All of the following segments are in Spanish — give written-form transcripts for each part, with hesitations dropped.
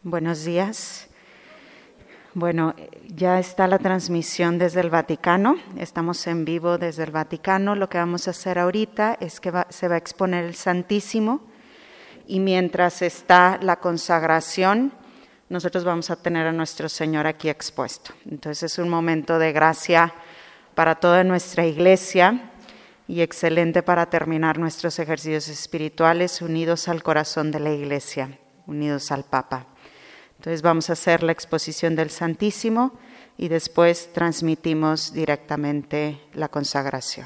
Buenos días. Bueno, ya está la transmisión desde el Vaticano. Estamos en vivo desde el Vaticano. Lo que vamos a hacer ahorita es que se va a exponer el Santísimo y mientras está la consagración, nosotros vamos a tener a nuestro Señor aquí expuesto. Entonces es un momento de gracia para toda nuestra iglesia y excelente para terminar nuestros ejercicios espirituales unidos al corazón de la iglesia, unidos al Papa. Entonces vamos a hacer la exposición del Santísimo y después transmitimos directamente la consagración.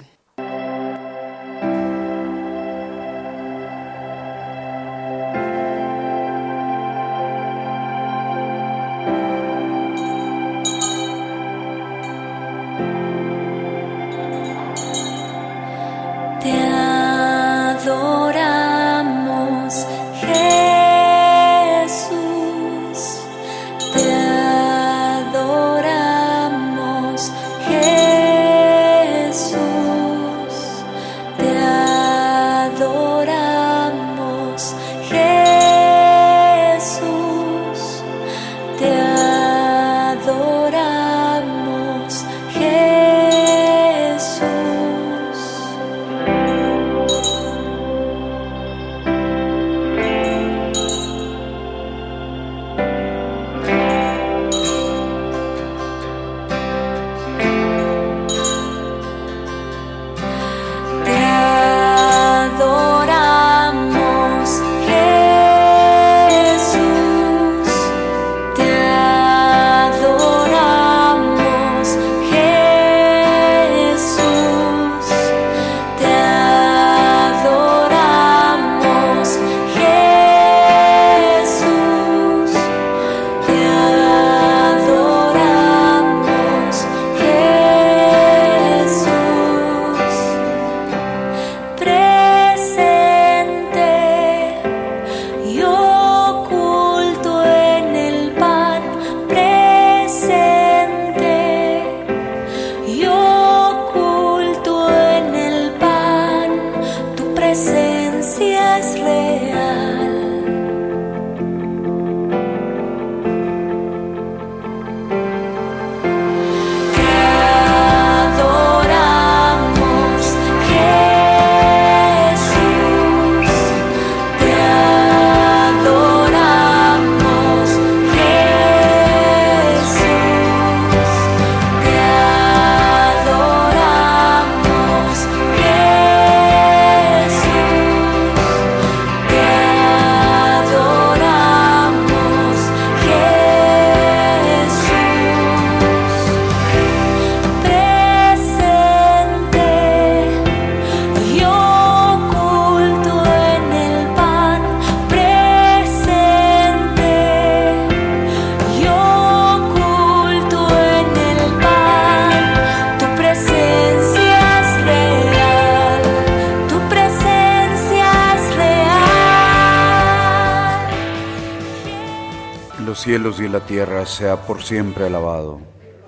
Los cielos y la tierra sea por siempre alabado.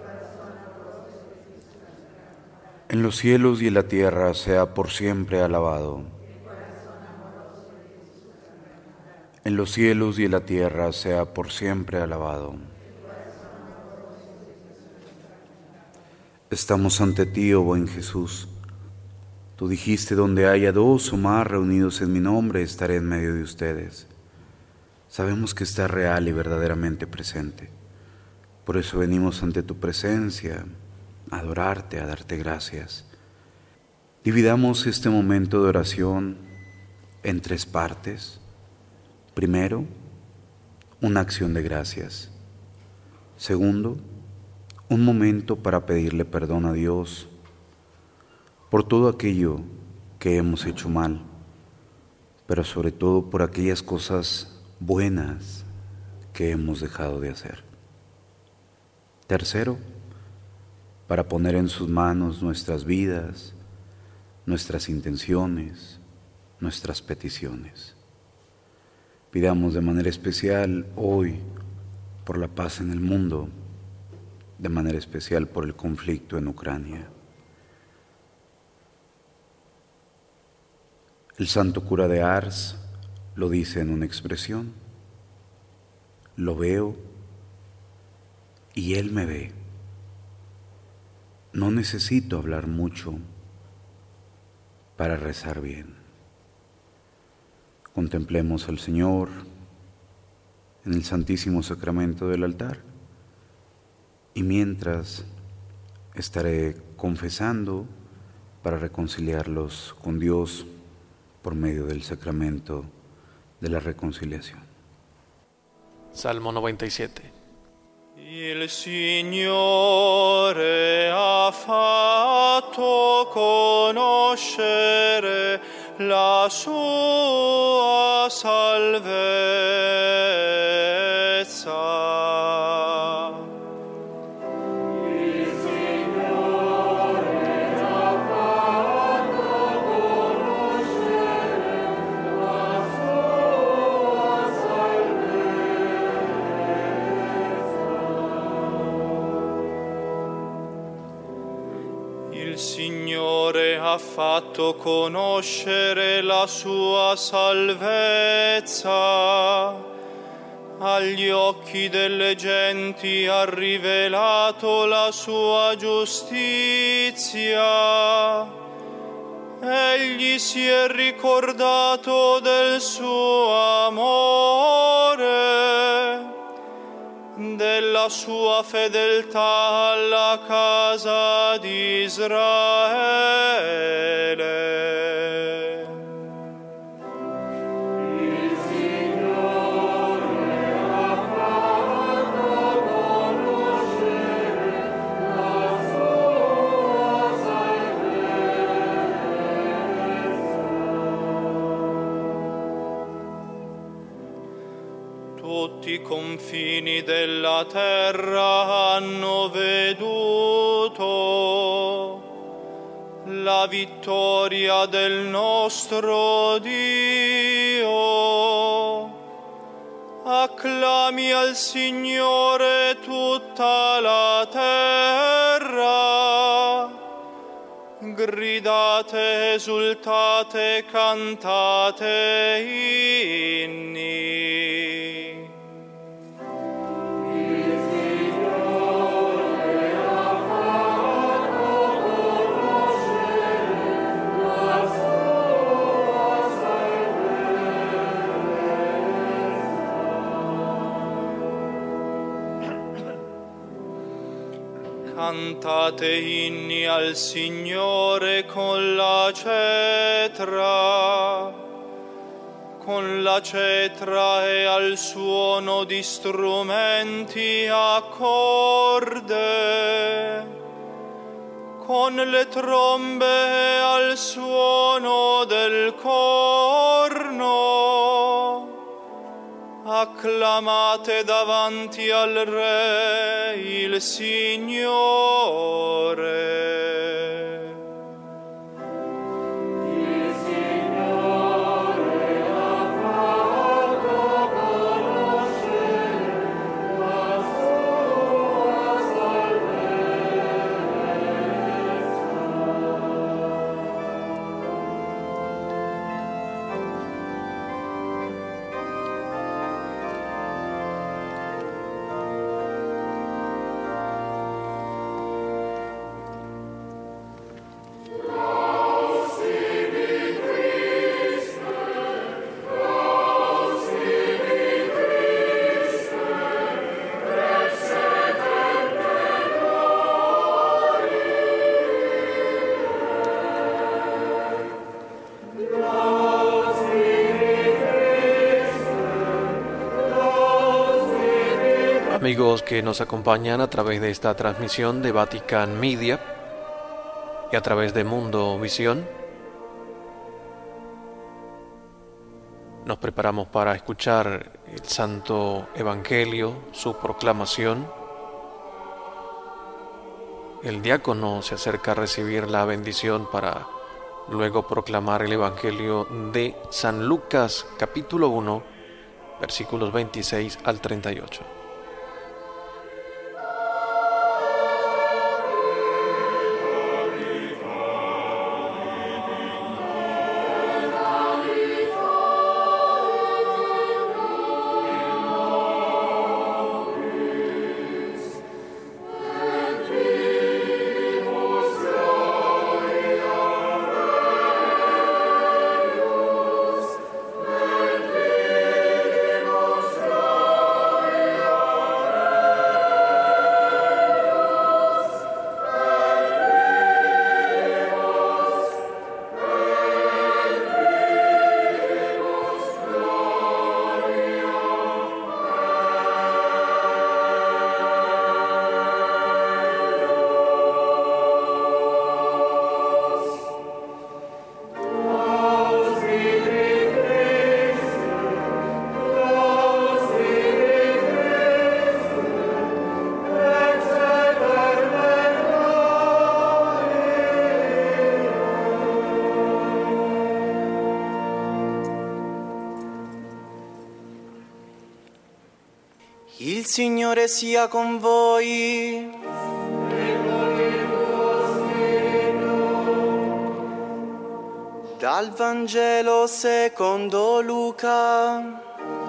En los cielos y la tierra sea por siempre alabado. En los cielos y la tierra sea por siempre alabado. Estamos ante ti, oh buen Jesús. Tú dijiste: donde haya dos o más reunidos en mi nombre, estaré en medio de ustedes. Sabemos que estás real y verdaderamente presente. Por eso venimos ante tu presencia, a adorarte, a darte gracias. Dividamos este momento de oración en tres partes. Primero, una acción de gracias. Segundo, un momento para pedirle perdón a Dios por todo aquello que hemos hecho mal, pero sobre todo por aquellas cosas buenas que hemos dejado de hacer. Tercero, para poner en sus manos nuestras vidas, nuestras intenciones, nuestras peticiones. Pidamos de manera especial hoy por la paz en el mundo, de manera especial por el conflicto en Ucrania. El santo cura de Ars lo dice en una expresión: lo veo y Él me ve. No necesito hablar mucho para rezar bien. Contemplemos al Señor en el Santísimo Sacramento del altar y mientras estaré confesando para reconciliarlos con Dios por medio del sacramento de la reconciliación. Salmo 97. Il Signore ha fatto conoscere la sua salvezza. Il Signore ha fatto conoscere la sua salvezza. Il Signore ha fatto conoscere la sua salvezza. Agli occhi delle genti ha rivelato la sua giustizia. Egli si è ricordato del suo amore, della sua fedeltà alla casa di Israele. Il Signore ha fatto conoscere la sua salvezza. Tutti i confini della terra hanno veduto la vittoria del nostro Dio. Acclami al Signore tutta la terra. Gridate, esultate, cantate inni. Cantate inni al Signore con la cetra e al suono di strumenti a corde, con le trombe e al suono del corno. Acclamate davanti al Re il Signore. Il Signore ha fatto conoscere la sua Amigos que nos acompañan a través de esta transmisión de Vatican Media y a través de Mundo Visión, nos preparamos para escuchar el Santo Evangelio, su proclamación. El diácono se acerca a recibir la bendición para luego proclamar el Evangelio de San Lucas, capítulo 1, versículos 26 al 38. Il Signore sia con voi. Dal Vangelo secondo Luca.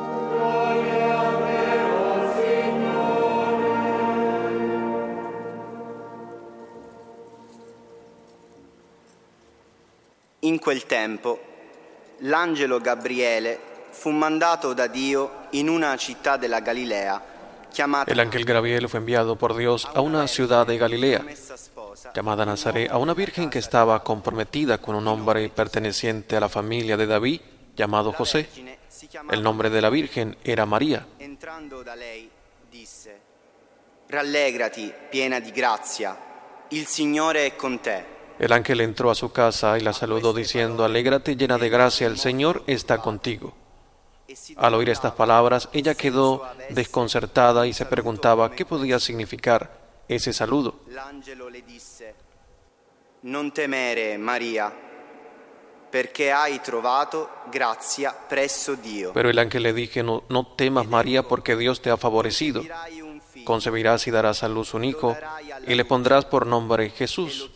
In quel tempo, l'angelo Gabriele fu mandato da Dio in una città della Galilea chiamata... El ángel Gabriel fue enviado por Dios a una ciudad de Galilea, llamada Nazaret, a una virgen que estaba comprometida con un hombre perteneciente a la familia de David, llamado José. El nombre de la virgen era María. Entrando da lei, disse: Rallegrati, piena di grazia, il Signore è con te. El ángel entró a su casa y la saludó diciendo: Alégrate, llena de gracia, el Señor está contigo. Al oír estas palabras, ella quedó desconcertada y se preguntaba qué podía significar ese saludo. L'angelo le disse: Non temere, Maria, perché hai trovato grazia presso Dio. Pero el ángel le dije: No temas, María, porque Dios te ha favorecido. Concebirás y darás a luz un hijo, y le pondrás por nombre Jesús.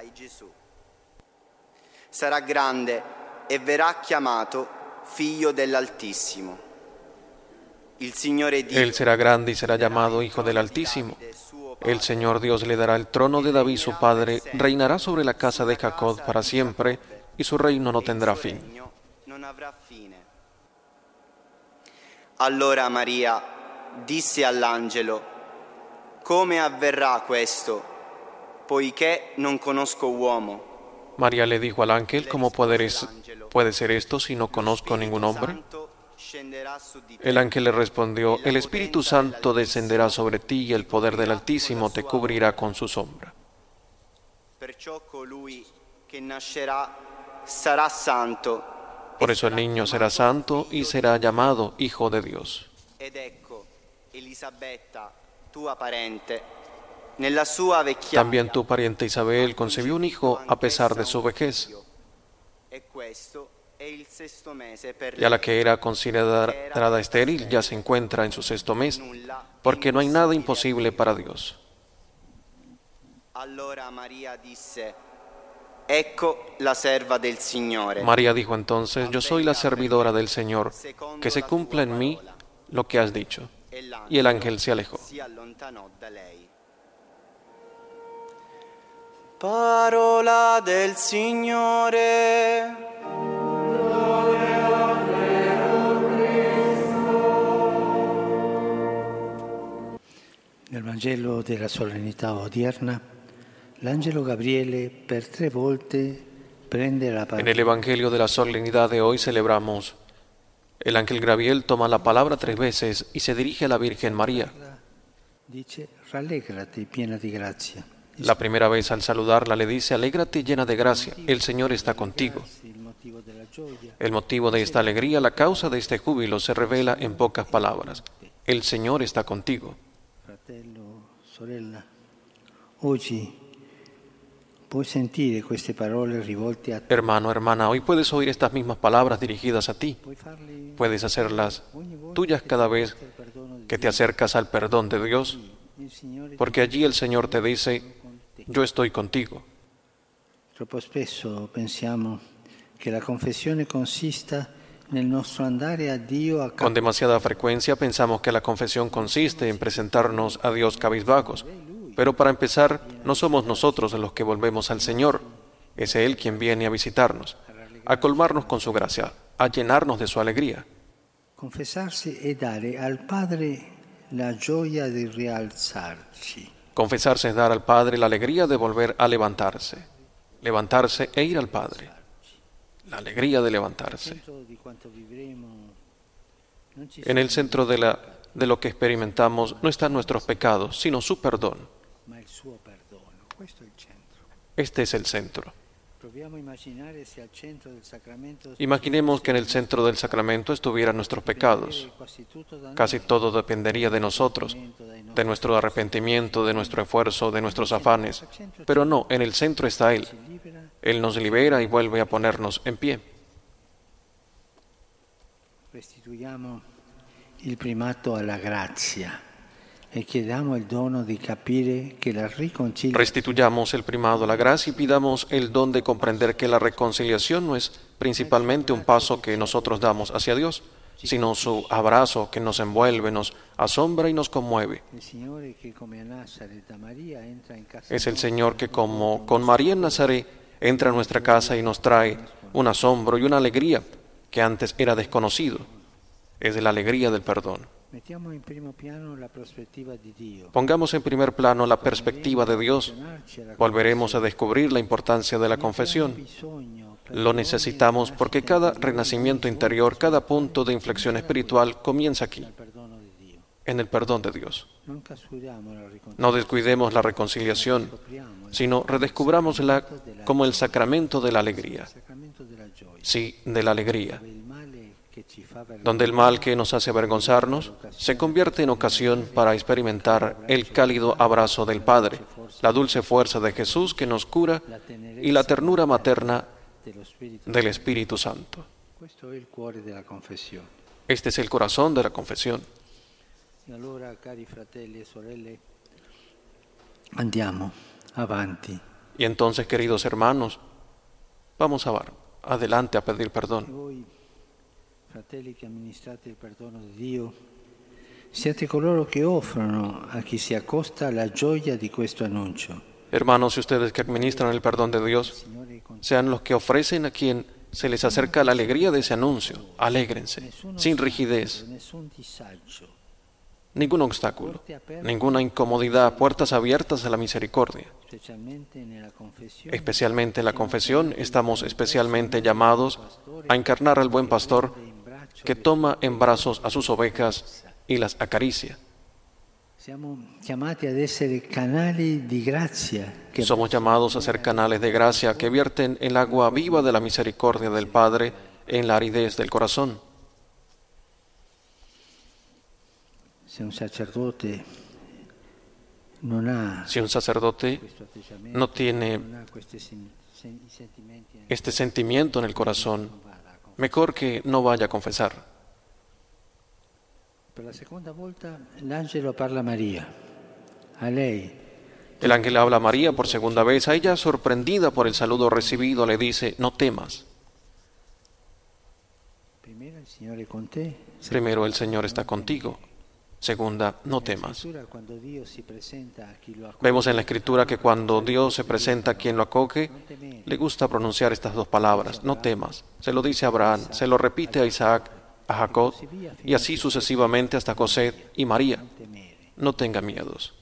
Sarà grande e verrà chiamato figlio dell'Altissimo. Il Signore Dio, Él será grande y será llamado Hijo del Altísimo. El Señor Dios le dará el trono de David su padre, reinará sobre la casa de Jacob para siempre, y su reino no tendrá fin. non avrà fine. Allora Maria disse all'angelo: Come avverrà questo, poiché non conosco uomo? María le dijo al ángel: ¿Cómo puede ser esto si no conozco ningún hombre? El ángel le respondió: El Espíritu Santo descenderá sobre ti y el poder del Altísimo te cubrirá con su sombra. Perciò colui che nascerà sarà santo. Por eso el niño será santo y será llamado Hijo de Dios. Ed ecco, Elisabetta, tua parente, nella sua vecchiaia. También tu pariente Isabel concibió un hijo a pesar de su vejez. E questo è il sesto mese per Ya la que era considerada estéril ya se encuentra en su sexto mes, porque no hay nada imposible para Dios. Allora Maria disse: Ecco la serva del Signore. María dijo entonces: Yo soy la servidora del Señor, que se cumpla en mí lo que has dicho. Y el ángel se alejó. Si allontanò da lei. Parola del Signore. Nel Vangelo della solennità odierna, l'angelo Gabriele per 3 volte prende la parola. En el Evangelio de la solemnidad de hoy celebramos: el ángel Gabriel toma la palabra 3 veces y se dirige a la Virgen María. Dice: Rallegrati, piena di grazia. La primera vez al saludarla le dice: Alégrate, llena de gracia, el Señor está contigo. El motivo de esta alegría, la causa de este júbilo, se revela en pocas palabras: el Señor está contigo. Fratello, sorella, oggi puoi sentire queste parole rivolte a te. Hermano, hermana, hoy puedes oír estas mismas palabras dirigidas a ti. Puedes hacerlas tuyas cada vez que te acercas al perdón de Dios, porque allí el Señor te dice: yo estoy contigo. Troppo spesso pensiamo che la confessione consista nel nostro andare a Dio a Con demasiada frecuencia pensamos que la confesión consiste en presentarnos a Dios cabizbajos, pero para empezar, no somos nosotros los que volvemos al Señor, es Él quien viene a visitarnos, a colmarnos con su gracia, a llenarnos de su alegría. confessarsi e dare al Padre la gioia di rialzarci. Confesarse es dar al Padre la alegría de volver a levantarse e ir al Padre. La alegría de levantarse. En el centro de lo que experimentamos no están nuestros pecados, sino su perdón. Este es el centro. Imaginemos que en el centro del sacramento estuvieran nuestros pecados. Casi todo dependería de nosotros, de nuestro arrepentimiento, de nuestro esfuerzo, de nuestros afanes. Pero no, en el centro está Él. Él nos libera y vuelve a ponernos en pie. il primato alla grazia e chiediamo il dono di capire che la riconciliazione. Restituyamos el primado a la gracia y pidamos el don de comprender que la reconciliación no es principalmente un paso que nosotros damos hacia Dios, sino su abrazo que nos envuelve, nos asombra y nos conmueve. Es el Señor que, como con María en Nazaret, entra a nuestra casa y nos trae un asombro y una alegría que antes era desconocido. Es la alegría del perdón. Pongamos en primer plano la perspectiva de Dios. Volveremos a descubrir la importancia de la confesión. Lo necesitamos porque cada renacimiento interior, cada punto de inflexión espiritual comienza aquí, en el perdón de Dios. No descuidemos la reconciliación, sino redescubrámosla como el sacramento de la alegría. Sí, de la alegría, donde el mal que nos hace avergonzarnos se convierte en ocasión para experimentar el cálido abrazo del Padre, la dulce fuerza de Jesús que nos cura y la ternura materna del Espíritu Santo. Este es el corazón de la confesión. Andiamo avanti. Y entonces, queridos hermanos, vamos adelante a pedir perdón. Fratelli che amministrate il perdono di Dio, siate coloro che offrono a chi si accosta la gioia di questo annuncio. Hermanos, y ustedes que administran el perdón de Dios, sean los que ofrecen a quien se les acerca la alegría de ese anuncio. Alégrense, sin rigidez, ningún obstáculo, ninguna incomodidad, puertas abiertas a la misericordia. Especialmente en la confesión estamos especialmente llamados a encarnar al buen pastor que toma en brazos a sus ovejas y las acaricia. Somos llamados a ser canales de gracia que vierten el agua viva de la misericordia del Padre en la aridez del corazón. Si un sacerdote no tiene este sentimiento en el corazón, mejor que no vaya a confesar. Per la seconda volta l'angelo parla a María, a lei. El ángel habla a María por segunda vez. A ella, sorprendida por el saludo recibido, le dice: no temas. Primero, el Señor está contigo. Segunda, no temas. Vemos en la Escritura que cuando Dios se presenta a quien lo acoge, le gusta pronunciar estas dos palabras: no temas. Se lo dice a Abraham, se lo repite a Isaac, a Jacob, y así sucesivamente hasta José y María. No tenga miedos.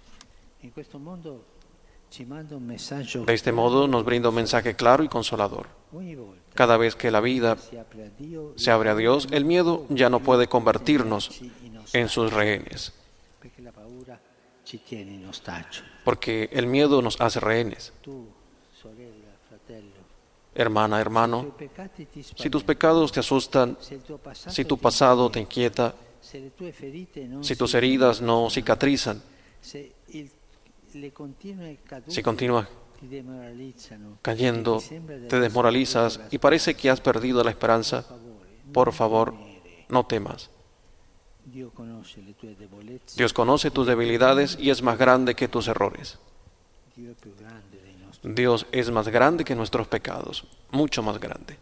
De este modo nos brinda un mensaje claro y consolador. Cada vez que la vida se abre a Dios, el miedo ya no puede convertirnos en sus rehenes, porque el miedo nos hace rehenes. Hermana, hermano, si tus pecados te asustan, si tu pasado te inquieta, si tus heridas no cicatrizan, si continúas cayendo, te desmoralizas y parece que has perdido la esperanza, por favor, no temas. Dios conoce tus debilidades y es más grande que tus errores. Dios es más grande que nuestros pecados, mucho más grande.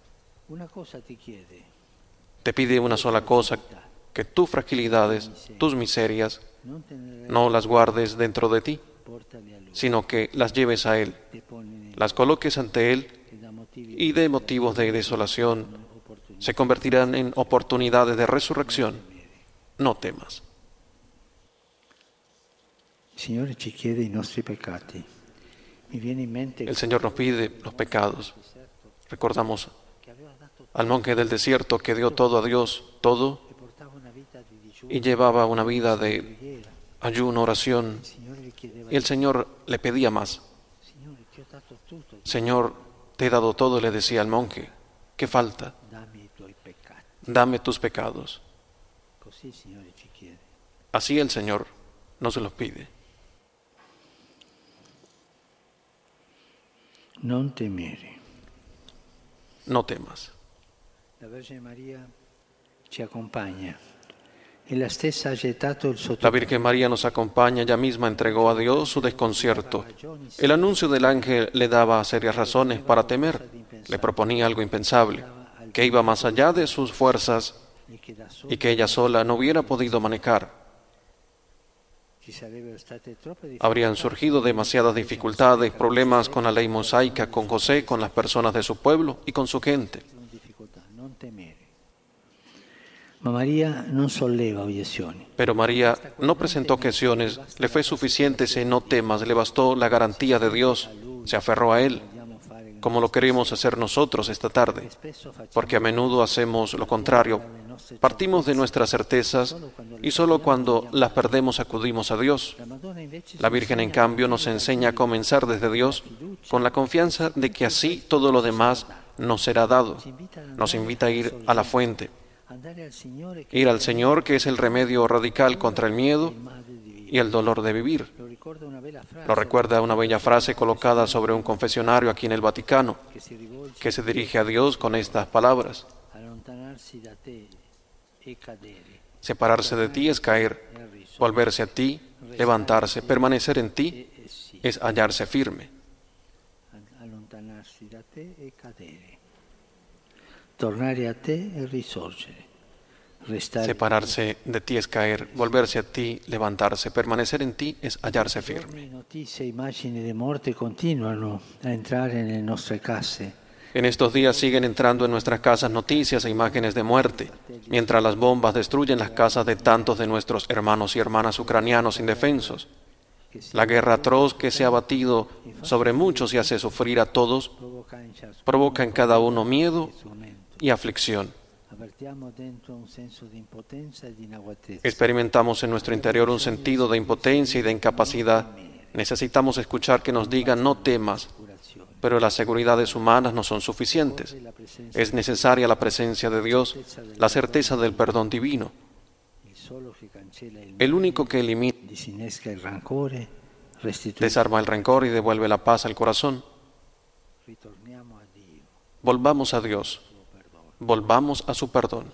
Te pide una sola cosa: que tus fragilidades, tus miserias, no las guardes dentro de ti, sino que las lleves a Él, las coloques ante Él y de motivos de desolación se convertirán en oportunidades de resurrección. No temas. El Señor nos pide los pecados. Recordamos al monje del desierto que dio todo a Dios, todo, y llevaba una vida de ayuno, oración, y el Señor le pedía más. Señor, te he dado todo, le decía al monje. ¿Qué falta? Dame tus pecados. Así el Señor nos los pide. Non temere. No temas. La Virgen María ci acompaña La Virgen María nos acompaña, ella misma entregó a Dios su desconcierto. El anuncio del ángel le daba serias razones para temer, le proponía algo impensable, que iba más allá de sus fuerzas y que ella sola no hubiera podido manejar. Habrían surgido demasiadas dificultades, problemas con la ley mosaica, con José, con las personas de su pueblo y con su gente. Pero María no presentó objeciones, le fue suficiente ese no temas, le bastó la garantía de Dios, se aferró a Él, como lo queremos hacer nosotros esta tarde, porque a menudo hacemos lo contrario, partimos de nuestras certezas y solo cuando las perdemos acudimos a Dios. La Virgen, en cambio, nos enseña a comenzar desde Dios con la confianza de que así todo lo demás nos será dado. Nos invita a ir a la fuente, ir al Señor, que es el remedio radical contra el miedo y el dolor de vivir. Lo recuerda una bella frase colocada sobre un confesionario aquí en el Vaticano, que se dirige a Dios con estas palabras: separarse de ti es caer, volverse a ti, levantarse, permanecer en ti es hallarse firme. Tornare a te e risorgere. Separarse de ti es caer, volverse a ti, levantarse, permanecer en ti es hallarse firme. Notizie e immagini di morte continuano a entrare nelle nostre case. En estos días siguen entrando en nuestras casas noticias e imágenes de muerte, mientras las bombas destruyen las casas de tantos de nuestros hermanos y hermanas ucranianos indefensos. La guerra atroz que se ha batido sobre muchos y hace sufrir a todos, provoca en cada uno miedo y aflicción. Experimentamos en nuestro interior un sentido de impotencia y de incapacidad. Necesitamos escuchar que nos digan: no temas, pero las seguridades humanas no son suficientes. Es necesaria la presencia de Dios, la certeza del perdón divino. El único que elimina, desarma el rencor y devuelve la paz al corazón. Volvamos a Dios. Volvamos a su perdón.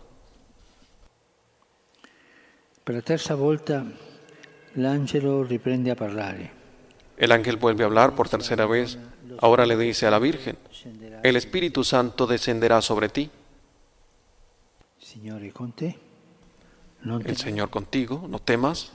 Per la terza volta l'angelo riprende a parlare. El ángel vuelve a hablar por tercera vez. Ahora le dice a la Virgen: el Espíritu Santo descenderá sobre ti. El Señor contigo, no temas.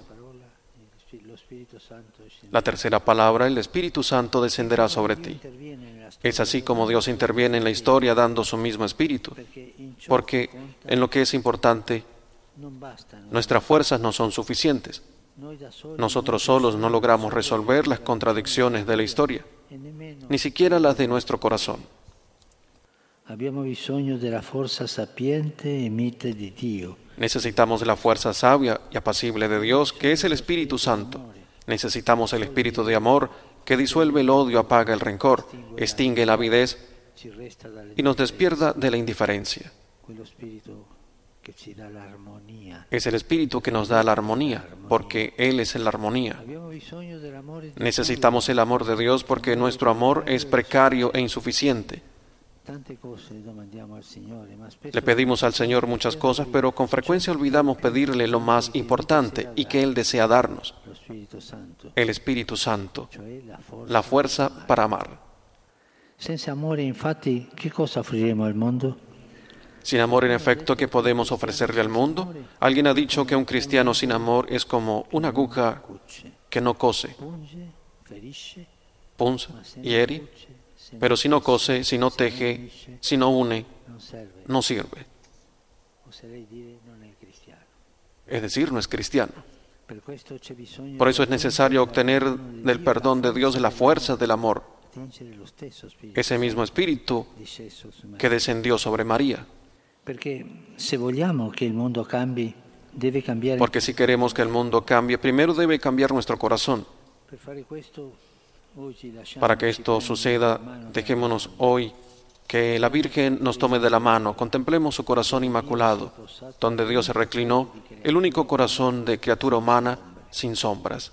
La tercera palabra: el Espíritu Santo descenderá sobre ti. Es así como Dios interviene en la historia dando su mismo Espíritu, porque en lo que es importante, nuestras fuerzas no son suficientes. Nosotros solos no logramos resolver las contradicciones de la historia, ni siquiera las de nuestro corazón. Necesitamos de la fuerza sabia y apacible de Dios, que es el Espíritu Santo. Necesitamos el Espíritu de amor, que disuelve el odio, apaga el rencor, extingue la avidez y nos despierta de la indiferencia. Es el Espíritu que nos da la armonía, porque Él es la armonía. Necesitamos el amor de Dios porque nuestro amor es precario e insuficiente. Le pedimos al Señor muchas cosas, pero con frecuencia olvidamos pedirle lo más importante y que Él desea darnos: el Espíritu Santo, la fuerza para amar. Senza amore, infatti, che cosa offriremo al mondo? Sin amor, en efecto, ¿qué podemos ofrecerle al mundo? Alguien ha dicho que un cristiano sin amor es como una aguja que no cose, punza, hiere, pero si no cose, si no teje, si no une, no sirve. Es decir, no es cristiano. Por eso es necesario obtener del perdón de Dios la fuerza del amor, ese mismo Espíritu que descendió sobre María. Porque si queremos que el mundo cambie, primero debe cambiar nuestro corazón. Para que esto suceda, dejémonos hoy que la Virgen nos tome de la mano, contemplemos su corazón inmaculado, donde Dios se reclinó, el único corazón de criatura humana sin sombras.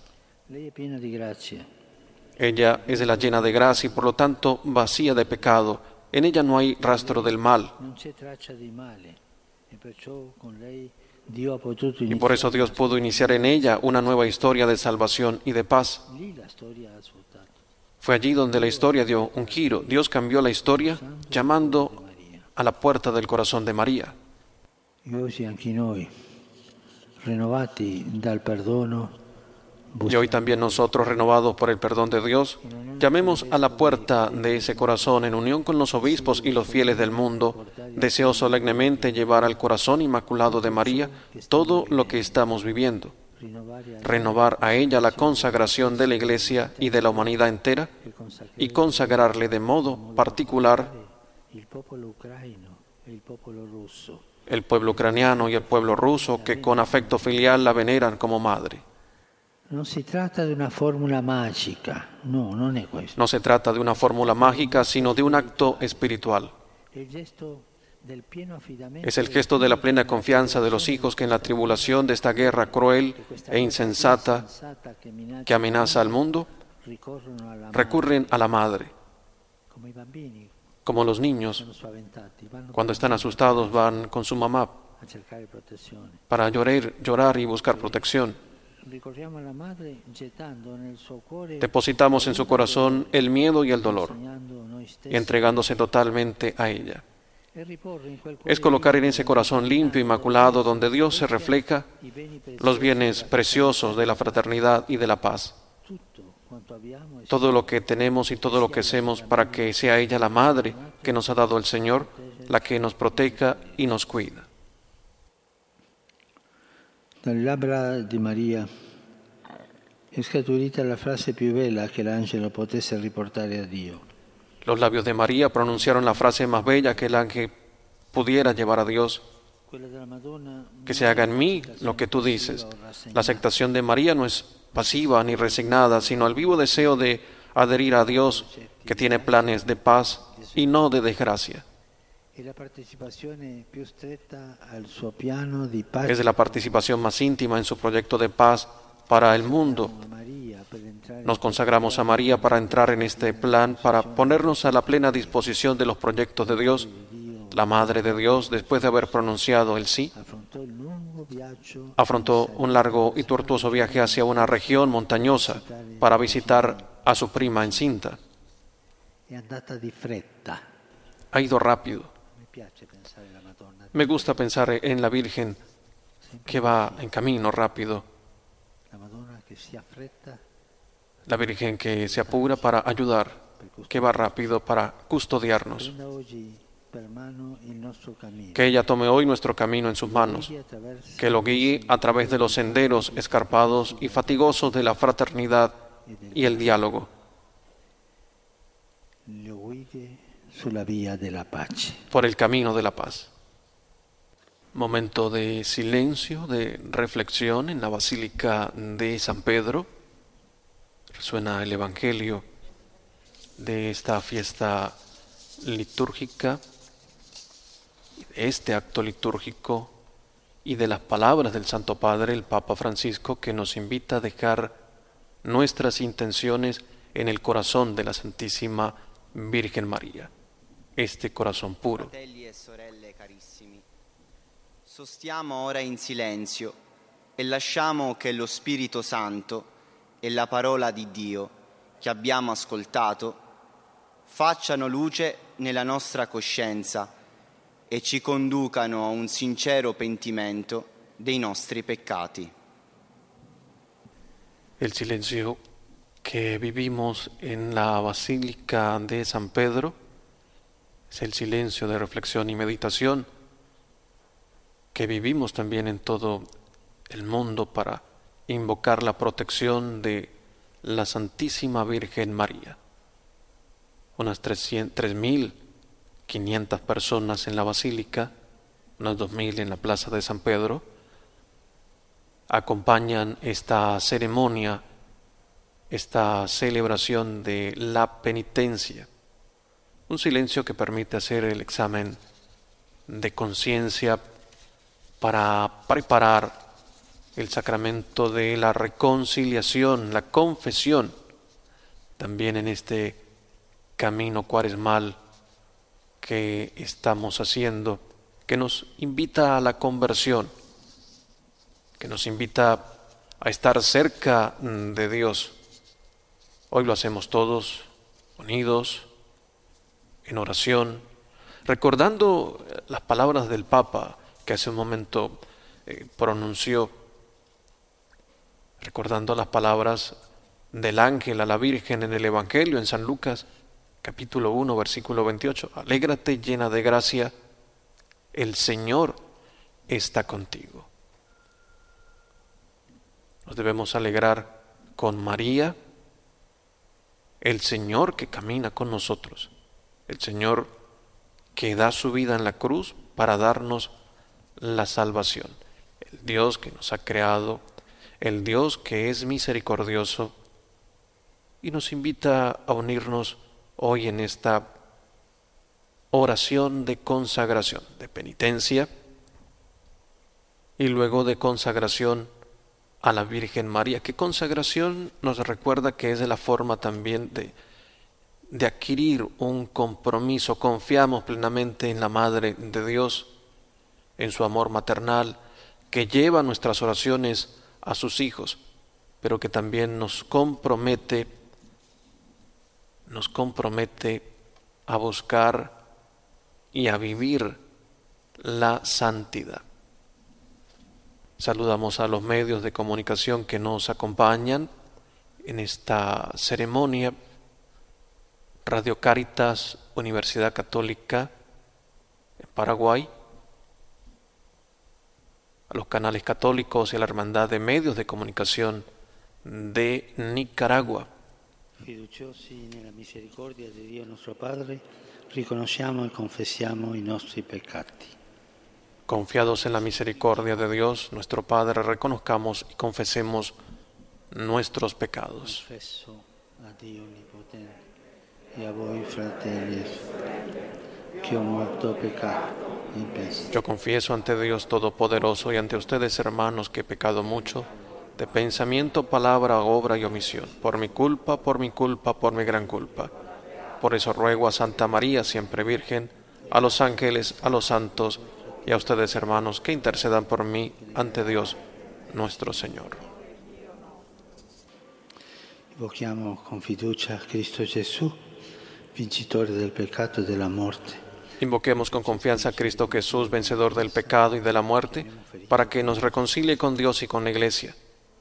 Ella es de la llena de gracia y por lo tanto vacía de pecado. En ella no hay rastro del mal. Y por eso Dios pudo iniciar en ella una nueva historia de salvación y de paz. Fue allí donde la historia dio un giro. Dios cambió la historia llamando a la puerta del corazón de María. Y oggi anche noi, rinnovati dal perdono, Y hoy también nosotros, renovados por el perdón de Dios, llamemos a la puerta de ese corazón en unión con los obispos y los fieles del mundo. Deseo solemnemente llevar al corazón inmaculado de María todo lo que estamos viviendo. Renovar a ella la consagración de la Iglesia y de la humanidad entera y consagrarle de modo particular el pueblo ucraniano y el pueblo ruso que con afecto filial la veneran como madre. No se trata de una fórmula mágica, no, non è questo. No se trata de una fórmula mágica, sino de un acto espiritual. Es el gesto de la plena confianza de los hijos que en la tribulación de esta guerra cruel e insensata que amenaza al mundo, recurren a la madre. Como los niños, cuando están asustados, van con su mamá para llorar y buscar protección. Depositamos en su corazón el miedo y el dolor, entregándose totalmente a ella. Es colocar en ese corazón limpio, inmaculado, donde Dios se refleja, los bienes preciosos de la fraternidad y de la paz. Todo lo que tenemos y todo lo que hacemos para que sea ella la madre que nos ha dado el Señor, la que nos proteja y nos cuida. Dalle labbra di Maria è scaturita la frase più bella che l'angelo potesse riportare a Dio. Los labios de María pronunciaron la frase más bella que el ángel pudiera llevar a Dios. Que se haga en mí lo que tú dices. La aceptación de María no es pasiva ni resignada, sino el vivo deseo de adherir a Dios, que tiene planes de paz y no de desgracia. Es la participación más íntima en su proyecto de paz para el mundo. Nos consagramos a María para entrar en este plan, para ponernos a la plena disposición de los proyectos de Dios. La Madre de Dios, después de haber pronunciado el sí, afrontó un largo y tortuoso viaje hacia una región montañosa para visitar a su prima encinta. Ha ido rápido. Me gusta pensar en la Virgen que va en camino rápido. La Virgen que se apura para ayudar, que va rápido para custodiarnos. Que ella tome hoy nuestro camino en sus manos, que lo guíe a través de los senderos escarpados y fatigosos de la fraternidad y el diálogo. Por el camino de la paz. Momento de silencio, de reflexión en la Basílica de San Pedro. Resuena el Evangelio de esta fiesta litúrgica, este acto litúrgico y de las palabras del Santo Padre, el Papa Francisco, que nos invita a dejar nuestras intenciones en el corazón de la Santísima Virgen María, este corazón puro. Fratelli e sorelle carissimi, sostiamo ora in silenzio e lasciamo che lo Spirito Santo e la parola di Dio che abbiamo ascoltato facciano luce nella nostra coscienza e ci conducano a un sincero pentimento dei nostri peccati. El silencio que vivimos en la Basílica de San Pedro es el silencio de reflexión y meditación que vivimos también en todo el mundo para invocar la protección de la Santísima Virgen María. Unas 3.500 personas en la Basílica, unas 2.000 en la Plaza de San Pedro, acompañan esta ceremonia, esta celebración de la penitencia. Un silencio que permite hacer el examen de conciencia para preparar el sacramento de la reconciliación, la confesión, también en este camino cuaresmal que estamos haciendo, que nos invita a la conversión, que nos invita a estar cerca de Dios. Hoy lo hacemos todos unidos, en oración, recordando las palabras del Papa que hace un momento pronunció, recordando las palabras del ángel a la Virgen en el Evangelio, en San Lucas, capítulo 1, versículo 28. Alégrate llena de gracia, el Señor está contigo. Nos debemos alegrar con María, el Señor que camina con nosotros, el Señor que da su vida en la cruz para darnos la salvación, el Dios que nos ha creado, el Dios que es misericordioso y nos invita a unirnos hoy en esta oración de consagración, de penitencia y luego de consagración a la Virgen María, que consagración nos recuerda que es la forma también de adquirir un compromiso. Confiamos plenamente en la Madre de Dios, en su amor maternal, que lleva nuestras oraciones a sus hijos, pero que también nos compromete a buscar y a vivir la santidad. Saludamos a los medios de comunicación que nos acompañan en esta ceremonia. Radio Cáritas, Universidad Católica en Paraguay, a los canales católicos y a la Hermandad de Medios de Comunicación de Nicaragua. Fiduciosi nella misericordia di Dio nostro Padre, riconosciamo e confessiamo i nostri peccati. Confiados en la misericordia de Dios, nuestro Padre, reconozcamos y confesemos nuestros pecados. Confesso a Dio Onnipotente e a voi, fratelli, che ho molto peccato in pensiero. Yo confieso ante Dios Todopoderoso y ante ustedes, hermanos, que he pecado mucho, de pensamiento, palabra, obra y omisión, por mi culpa, por mi gran culpa. Por eso ruego a Santa María, siempre Virgen, a los ángeles, a los santos y a ustedes, hermanos, que intercedan por mí ante Dios nuestro Señor. Invochiamo con fiducia Cristo Gesù, vincitore del peccato e della morte. Invoquemos con confianza a Cristo Jesús, vencedor del pecado y de la muerte, para que nos reconcilie con Dios y con la Iglesia.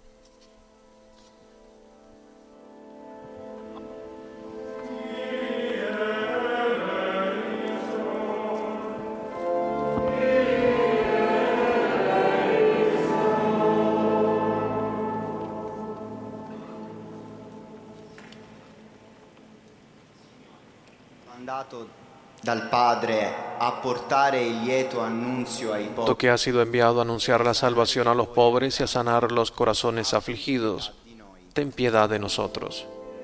Dal Padre a portare il lieto annunzio ai Tú poveri. que has sido enviado a anunciar la salvación a los pobres y a sanar los corazones afligidos, ten piedad de nosotros.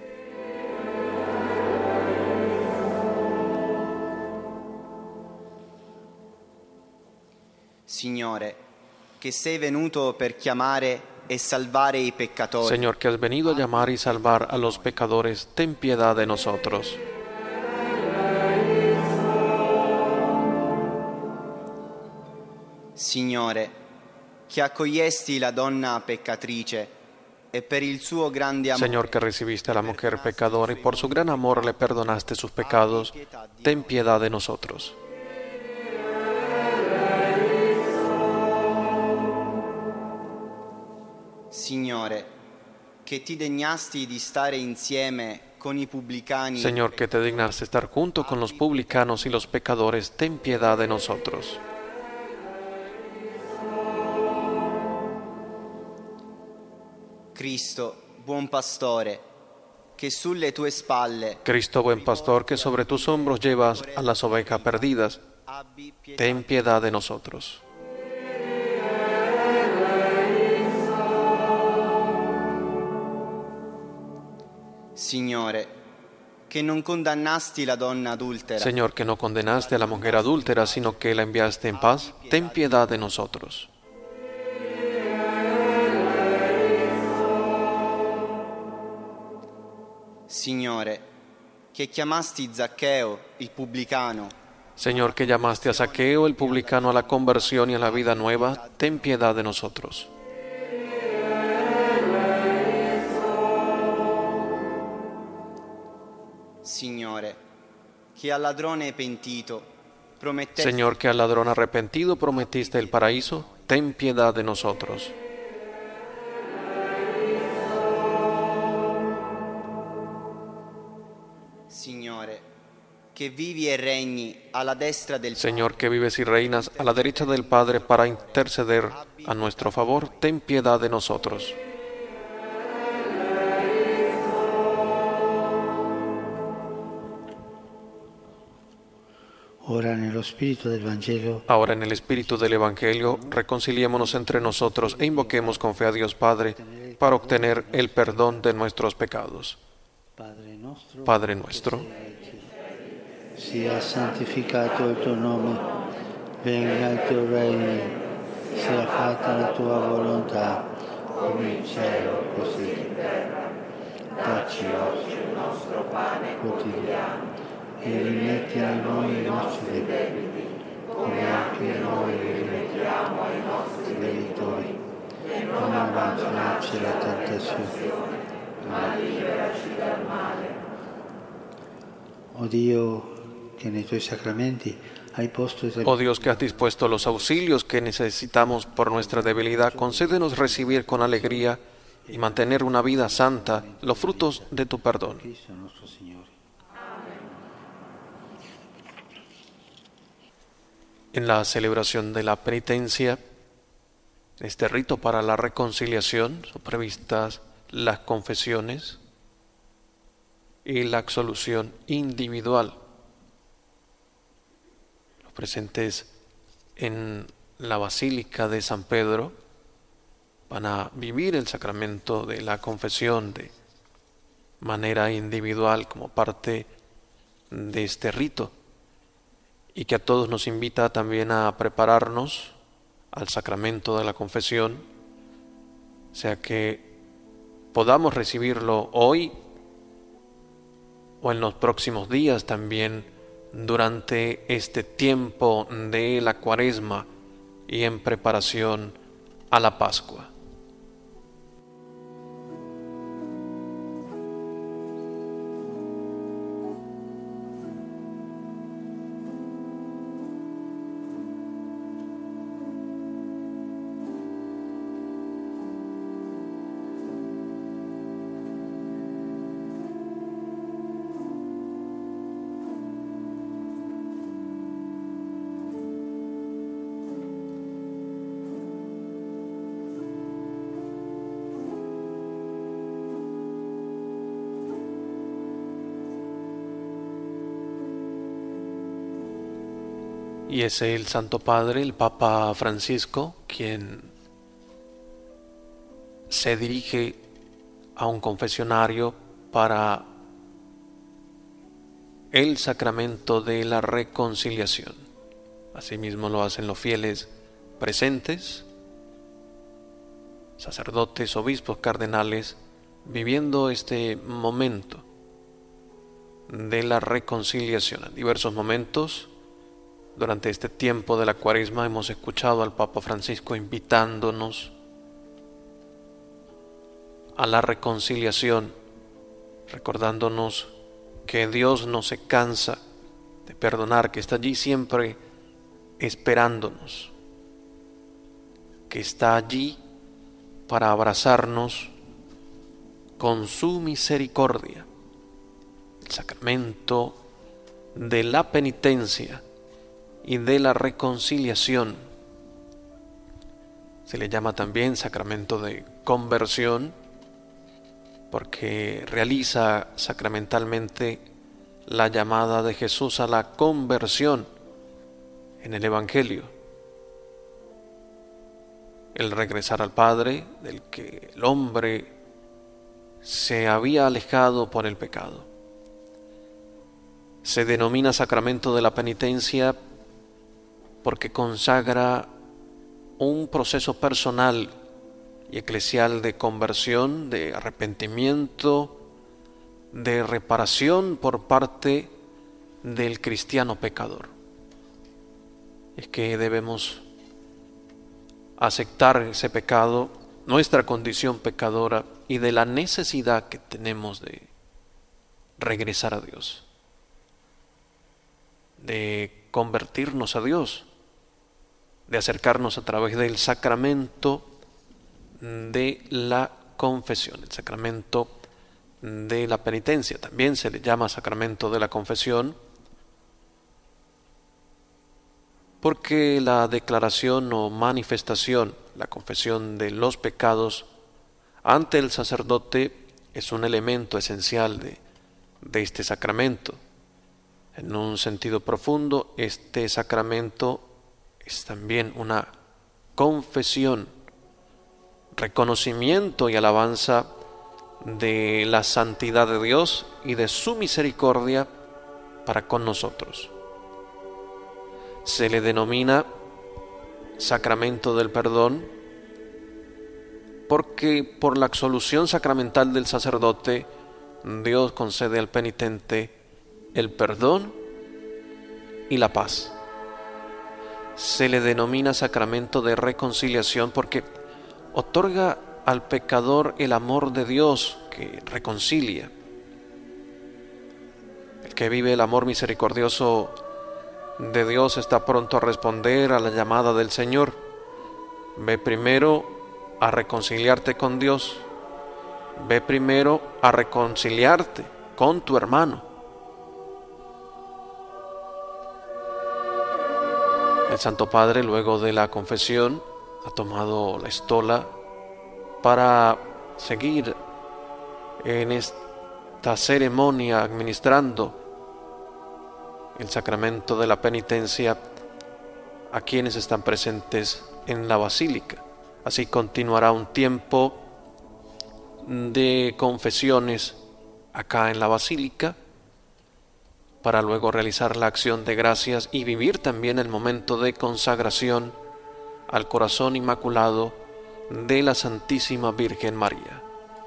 Signore, che sei venuto per chiamare e salvare i peccatori. Señor, que has venido a llamar y salvar a los pecadores, ten piedad de nosotros. Signore, che accogliesti la donna peccatrice e per il suo grande amore. Señor, que recibiste a la mujer pecadora y por su gran amor le perdonaste sus pecados, ten piedad de nosotros. Signore, che ti degnasti di stare insieme con i pubblicani. Señor, que te dignaste estar junto con los publicanos y los pecadores, ten piedad de nosotros. Cristo, buon pastore, che sulle tue spalle. Cristo, buen pastor, que sobre tus hombros llevas a las ovejas perdidas, Abbi pietà. ten piedad de nosotros. Signore, che non condannasti la donna adultera. Señor, que no condenaste a la mujer adúltera, sino que la enviaste en paz, ten piedad de nosotros. Signore, che chiamasti Zaccheo, il pubblicano, Señor, que llamaste a Zaqueo, el publicano, a la conversión y a la vida nueva, ten piedad de nosotros. Signore, che al ladrone pentito prometteste... Señor, que al ladrón arrepentido prometiste el paraíso, ten piedad de nosotros. Signore, che vivi e regni alla destra del Señor, que vives y reinas a la derecha del Padre para interceder a nuestro favor, ten piedad de nosotros. Ahora en el espíritu del Evangelio, reconciliémonos entre nosotros e invoquemos con fe a Dios Padre para obtener el perdón de nuestros pecados. Padre nuestro, sia santificato il tuo nome, venga il tuo regno, sia fatta la tua volontà, come in cielo così in terra. Dacci oggi il nostro pane quotidiano e rimetti a noi i nostri debiti, come anche noi rimettiamo ai nostri debitori, e non abbandonarci alla tentazione, ma liberaci dal male. Oh Dio, que en tus sacramenti hay puesto... Oh Dios, que has dispuesto los auxilios que necesitamos por nuestra debilidad, concédenos recibir con alegría y mantener una vida santa los frutos de tu perdón. En la celebración de la penitencia, este rito para la reconciliación, son previstas las confesiones y la absolución individual. Los presentes en la Basílica de San Pedro van a vivir el sacramento de la confesión de manera individual como parte de este rito, y que a todos nos invita también a prepararnos al sacramento de la confesión, o sea que podamos recibirlo hoy o en los próximos días, también durante este tiempo de la Cuaresma y en preparación a la Pascua. Y es el Santo Padre, el Papa Francisco, quien se dirige a un confesionario para el sacramento de la reconciliación. Asimismo lo hacen los fieles presentes, sacerdotes, obispos, cardenales, viviendo este momento de la reconciliación. En diversos momentos durante este tiempo de la Cuaresma hemos escuchado al Papa Francisco invitándonos a la reconciliación, recordándonos que Dios no se cansa de perdonar, que está allí siempre esperándonos, que está allí para abrazarnos con su misericordia. El sacramento de la penitencia y de la reconciliación se le llama también sacramento de conversión, porque realiza sacramentalmente la llamada de Jesús a la conversión en el Evangelio. El regresar al Padre, del que el hombre se había alejado por el pecado. Se denomina sacramento de la penitencia porque consagra un proceso personal y eclesial de conversión, de arrepentimiento, de reparación por parte del cristiano pecador. Es que debemos aceptar ese pecado, nuestra condición pecadora, y de la necesidad que tenemos de regresar a Dios, de convertirnos a Dios, de acercarnos a través del sacramento de la confesión, el sacramento de la penitencia. También se le llama sacramento de la confesión porque la declaración o manifestación, la confesión de los pecados ante el sacerdote es un elemento esencial de este sacramento. En un sentido profundo, este sacramento es también una confesión, reconocimiento y alabanza de la santidad de Dios y de su misericordia para con nosotros. Se le denomina sacramento del perdón porque por la absolución sacramental del sacerdote, Dios concede al penitente el perdón y la paz. Se le denomina sacramento de reconciliación porque otorga al pecador el amor de Dios que reconcilia. El que vive el amor misericordioso de Dios está pronto a responder a la llamada del Señor. Ve primero a reconciliarte con Dios. Ve primero a reconciliarte con tu hermano. El Santo Padre, luego de la confesión, ha tomado la estola para seguir en esta ceremonia administrando el sacramento de la penitencia a quienes están presentes en la basílica. Así continuará un tiempo de confesiones acá en la basílica para luego realizar la acción de gracias y vivir también el momento de consagración al corazón inmaculado de la Santísima Virgen María.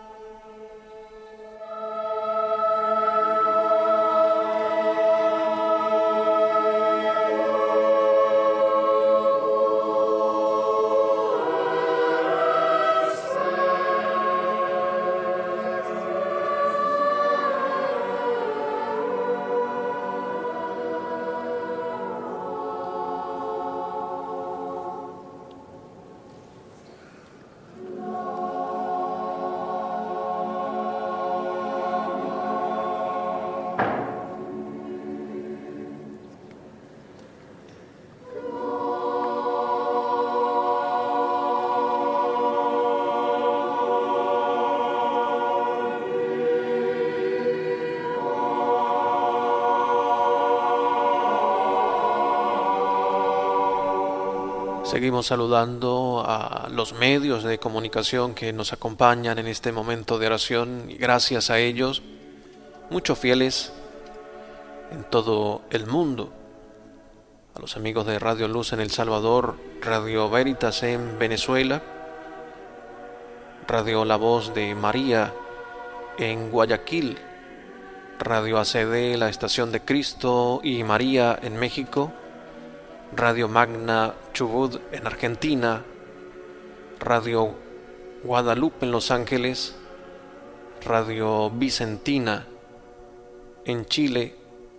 Seguimos saludando a los medios de comunicación que nos acompañan en este momento de oración y gracias a ellos, muchos fieles en todo el mundo. A los amigos de Radio Luz en El Salvador, Radio Veritas en Venezuela, Radio La Voz de María en Guayaquil, Radio ACD, la Estación de Cristo y María en México, Radio Magna Chubut en Argentina, Radio Guadalupe en Los Ángeles, Radio Vicentina en Chile,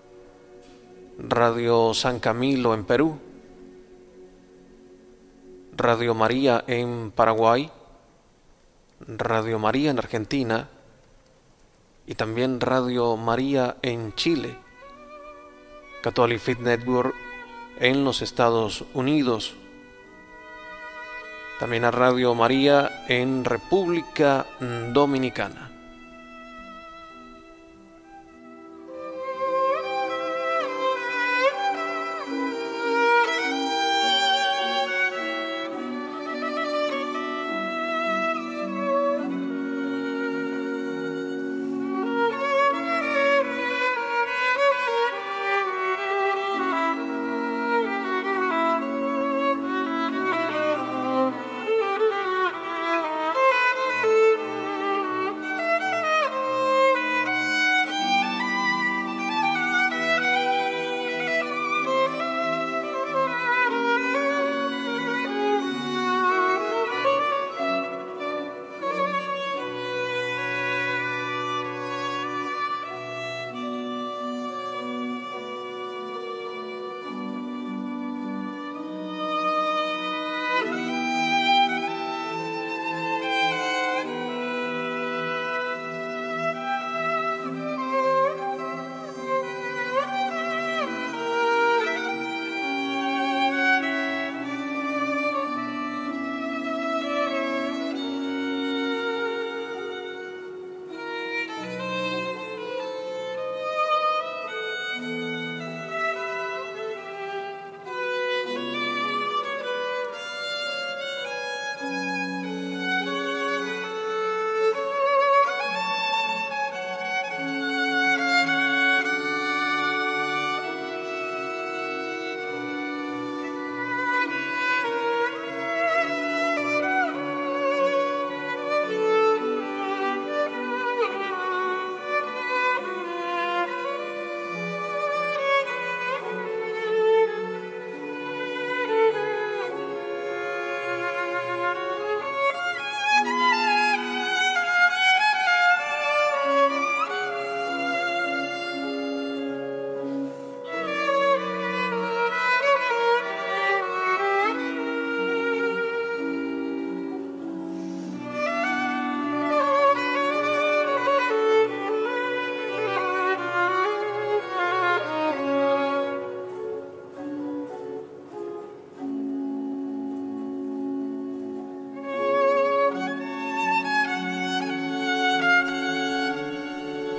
Radio San Camilo en Perú, Radio María en Paraguay, Radio María en Argentina y también Radio María en Chile, Catholic Faith Network en los Estados Unidos, también a Radio María en República Dominicana.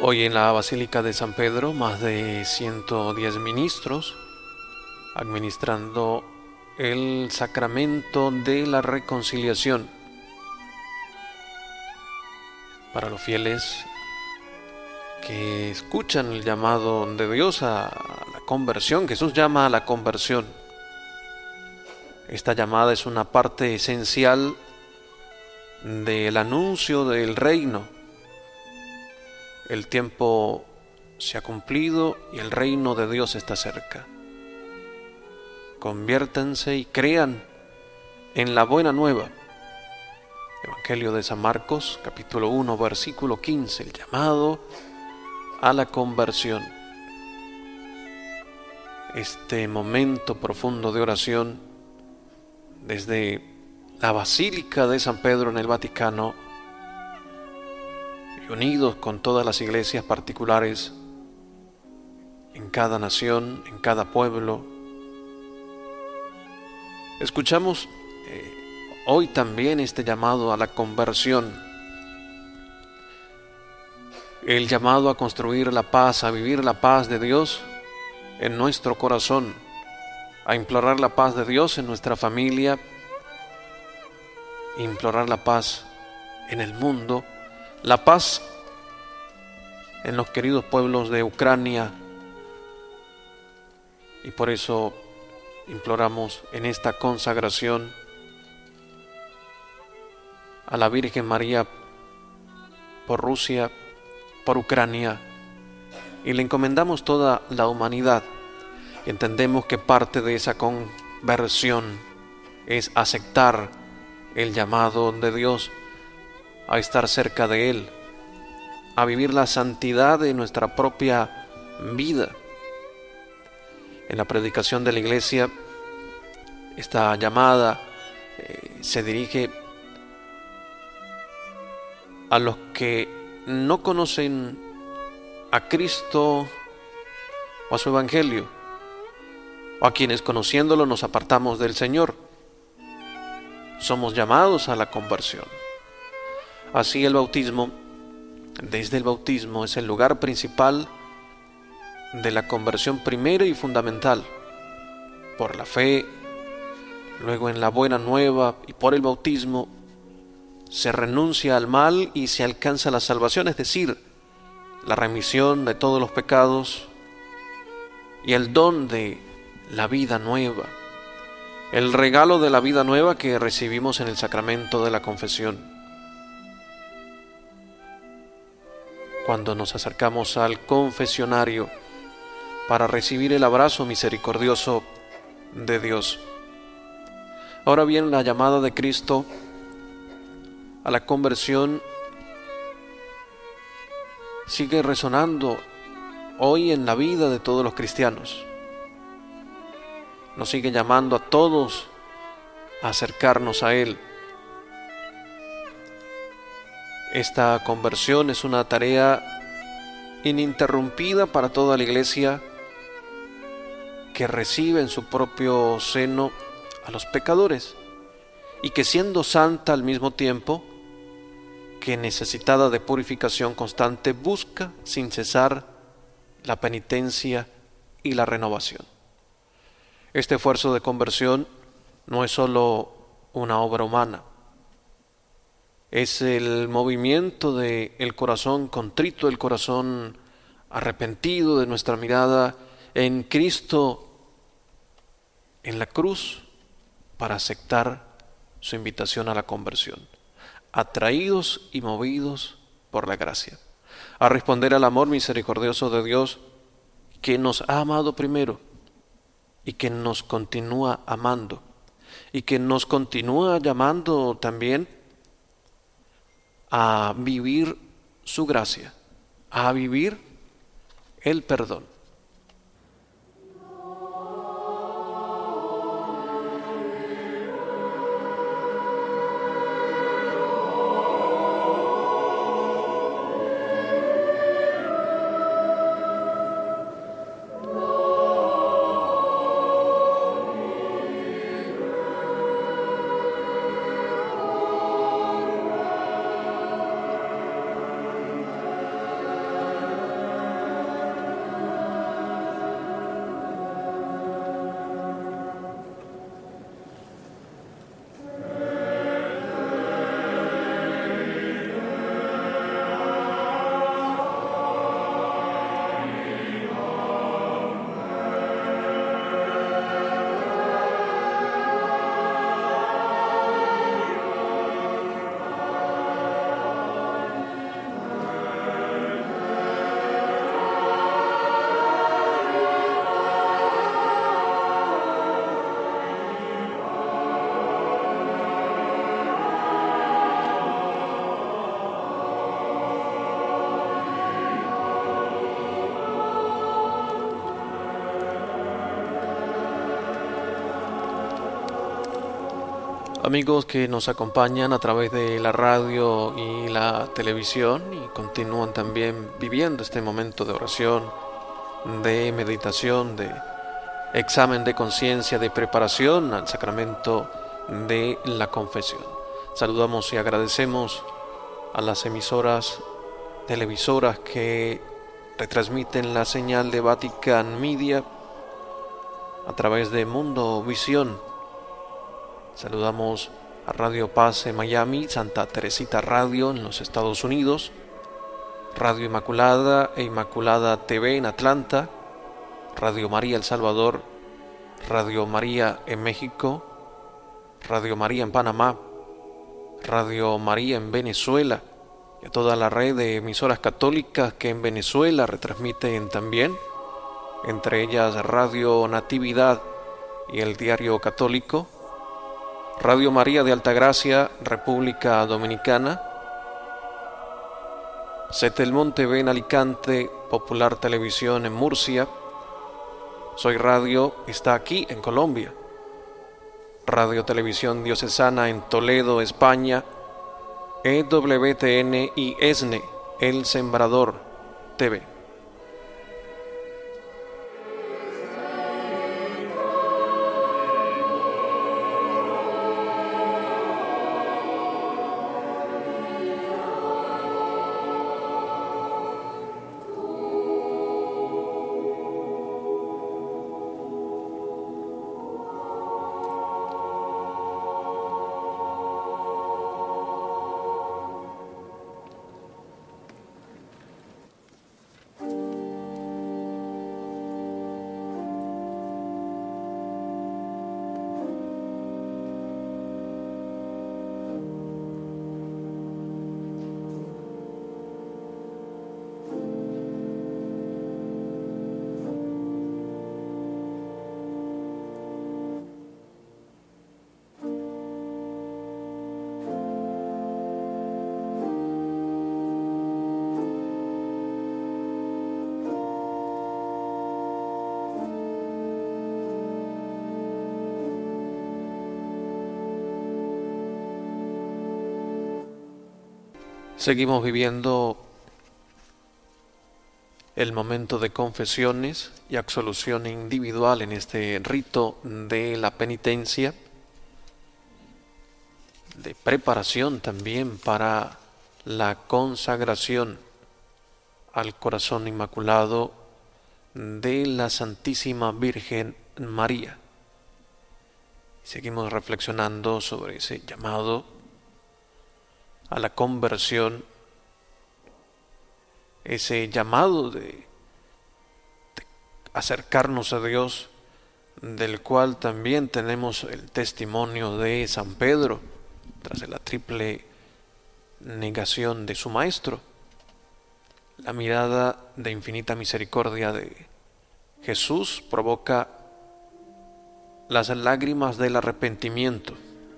Hoy en la Basílica de San Pedro, más de 110 ministros administrando el sacramento de la reconciliación para los fieles que escuchan el llamado de Dios a la conversión. Jesús llama a la conversión. Esta llamada es una parte esencial del anuncio del reino. El tiempo se ha cumplido y el reino de Dios está cerca. Conviértanse y crean en la buena nueva. Evangelio de San Marcos, capítulo 1, versículo 15, el llamado a la conversión. Este momento profundo de oración desde la Basílica de San Pedro en el Vaticano y unidos con todas las iglesias particulares en cada nación, en cada pueblo. Escuchamos hoy también este llamado a la conversión, el llamado a construir la paz, a vivir la paz de Dios en nuestro corazón, a implorar la paz de Dios en nuestra familia, implorar la paz en el mundo, la paz en los queridos pueblos de Ucrania. Y por eso imploramos en esta consagración a la Virgen María por Rusia, por Ucrania, y le encomendamos toda la humanidad. Entendemos que parte de esa conversión es aceptar el llamado de Dios a estar cerca de Él, a vivir la santidad de nuestra propia vida. En la predicación de la Iglesia, esta llamada se dirige a los que no conocen a Cristo o a su Evangelio, o a quienes conociéndolo nos apartamos del Señor. Somos llamados a la conversión. Así el bautismo, desde el bautismo, es el lugar principal de la conversión primera y fundamental. Por la fe, luego en la buena nueva y por el bautismo, se renuncia al mal y se alcanza la salvación, es decir, la remisión de todos los pecados y el don de la vida nueva, el regalo de la vida nueva que recibimos en el sacramento de la confesión. Cuando nos acercamos al confesionario para recibir el abrazo misericordioso de Dios. Ahora bien, la llamada de Cristo a la conversión sigue resonando hoy en la vida de todos los cristianos. Nos sigue llamando a todos a acercarnos a Él. Esta conversión es una tarea ininterrumpida para toda la Iglesia que recibe en su propio seno a los pecadores y que, siendo santa al mismo tiempo que necesitada de purificación constante, busca sin cesar la penitencia y la renovación. Este esfuerzo de conversión no es solo una obra humana, es el movimiento del corazón contrito, el corazón arrepentido, de nuestra mirada en Cristo, en la cruz, para aceptar su invitación a la conversión, atraídos y movidos por la gracia, a responder al amor misericordioso de Dios, que nos ha amado primero y que nos continúa amando y que nos continúa llamando también a vivir su gracia, a vivir el perdón. Amigos que nos acompañan a través de la radio y la televisión y continúan también viviendo este momento de oración, de meditación, de examen de conciencia, de preparación al sacramento de la confesión. Saludamos y agradecemos a las emisoras televisoras que retransmiten la señal de Vatican Media a través de Mundo Visión. Saludamos a Radio Paz en Miami, Santa Teresita Radio en los Estados Unidos, Radio Inmaculada e Inmaculada TV en Atlanta, Radio María El Salvador, Radio María en México, Radio María en Panamá, Radio María en Venezuela y a toda la red de emisoras católicas que en Venezuela retransmiten también, entre ellas Radio Natividad y el Diario Católico, Radio María de Altagracia, República Dominicana, Setelmont TV en Alicante, Popular Televisión en Murcia, Soy Radio está aquí en Colombia, Radio Televisión Diocesana en Toledo, España, EWTN y ESNE, El Sembrador TV. Seguimos viviendo el momento de confesiones y absolución individual en este rito de la penitencia, de preparación también para la consagración al corazón inmaculado de la Santísima Virgen María. Seguimos reflexionando sobre ese llamado a la conversión, ese llamado de acercarnos a Dios, del cual también tenemos el testimonio de San Pedro, tras la triple negación de su maestro. La mirada de infinita misericordia de Jesús provoca las lágrimas del arrepentimiento.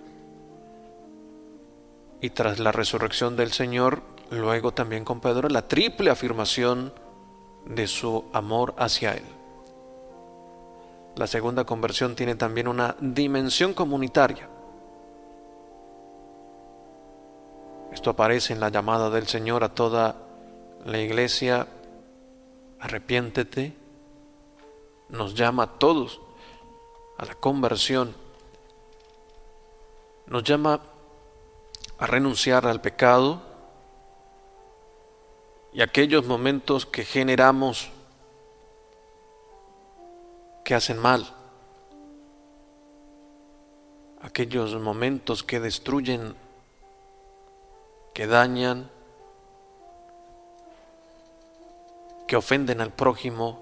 Y tras la resurrección del Señor, luego también con Pedro, la triple afirmación de su amor hacia Él. La segunda conversión tiene también una dimensión comunitaria. Esto aparece en la llamada del Señor a toda la iglesia: arrepiéntete. Nos llama a todos a la conversión. Nos llama a renunciar al pecado y aquellos momentos que generamos que hacen mal, aquellos momentos que destruyen, que dañan, que ofenden al prójimo,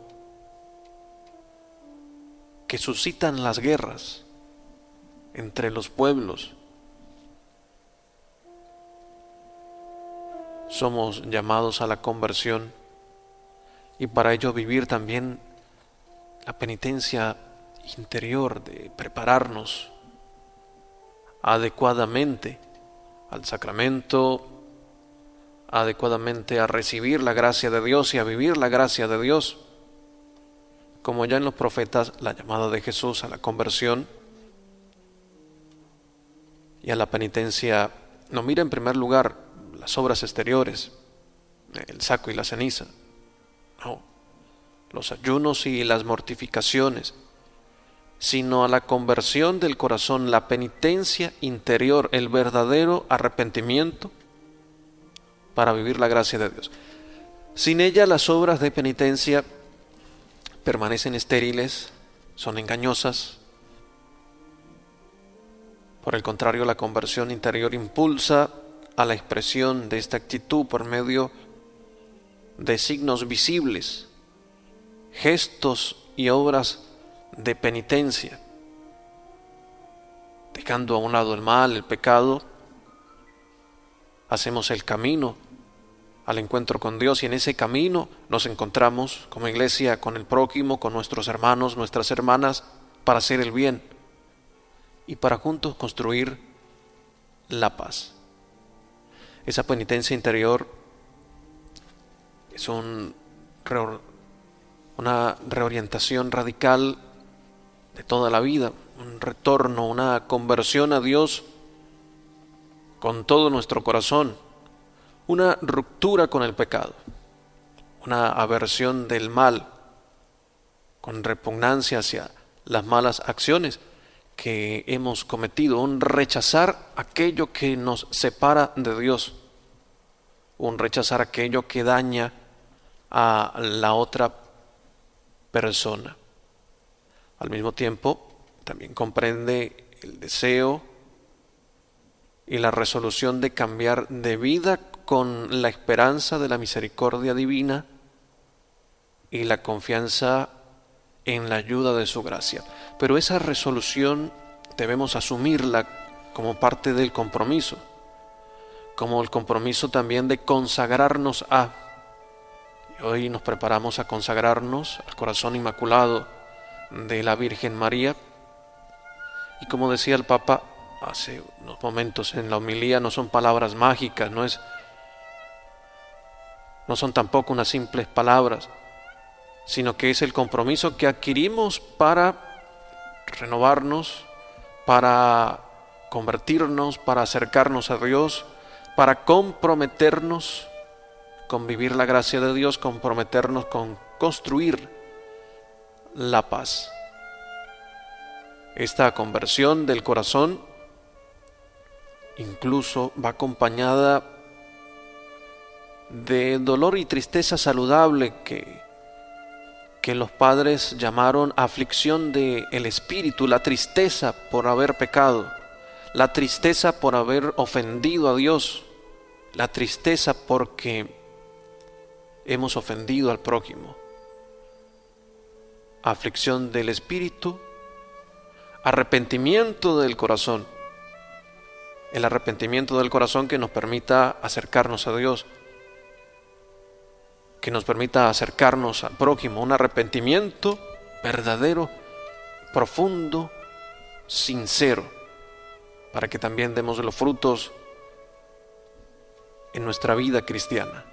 que suscitan las guerras entre los pueblos. Somos llamados a la conversión y para ello vivir también la penitencia interior de prepararnos adecuadamente al sacramento, adecuadamente a recibir la gracia de Dios y a vivir la gracia de Dios. Como ya en los profetas, la llamada de Jesús a la conversión y a la penitencia no mira en primer lugar las obras exteriores, el saco y la ceniza. No, los ayunos y las mortificaciones, sino a la conversión del corazón, la penitencia interior, el verdadero arrepentimiento para vivir la gracia de Dios. Sin ella las obras de penitencia permanecen estériles, son engañosas. Por el contrario, la conversión interior impulsa a la expresión de esta actitud por medio de signos visibles, gestos y obras de penitencia, dejando a un lado el mal, el pecado. Hacemos el camino al encuentro con Dios y en ese camino nos encontramos como iglesia con el prójimo, con nuestros hermanos, nuestras hermanas, para hacer el bien y para juntos construir la paz. Esa penitencia interior es una reorientación radical de toda la vida, un retorno, una conversión a Dios con todo nuestro corazón, una ruptura con el pecado, una aversión del mal, con repugnancia hacia las malas acciones que hemos cometido, un rechazar aquello que nos separa de Dios, un rechazar aquello que daña a la otra persona. Al mismo tiempo, también comprende el deseo y la resolución de cambiar de vida con la esperanza de la misericordia divina y la confianza en la ayuda de su gracia. Pero esa resolución debemos asumirla como parte del compromiso, como el compromiso también de consagrarnos a. Y hoy nos preparamos a consagrarnos al corazón inmaculado de la Virgen María. Y como decía el Papa hace unos momentos en la homilía, no son palabras mágicas, no son tampoco unas simples palabras, sino que es el compromiso que adquirimos para renovarnos, para convertirnos, para acercarnos a Dios, para comprometernos con vivir la gracia de Dios, comprometernos con construir la paz. Esta conversión del corazón incluso va acompañada de dolor y tristeza saludable que los padres llamaron aflicción del espíritu, la tristeza por haber pecado, la tristeza por haber ofendido a Dios, la tristeza porque hemos ofendido al prójimo. Aflicción del espíritu, arrepentimiento del corazón, el arrepentimiento del corazón que nos permita acercarnos a Dios, que nos permita acercarnos al prójimo, un arrepentimiento verdadero, profundo, sincero, para que también demos los frutos en nuestra vida cristiana.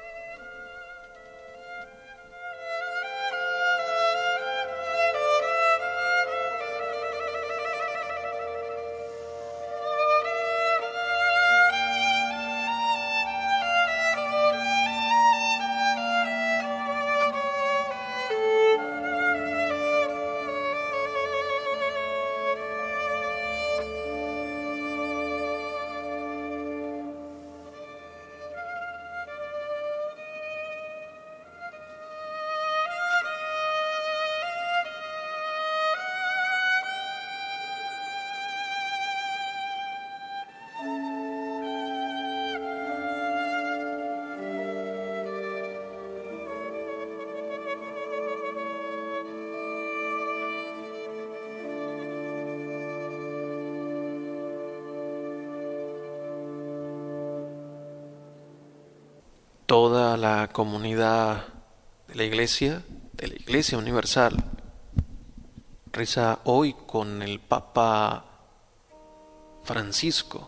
Toda la comunidad de la Iglesia Universal, reza hoy con el Papa Francisco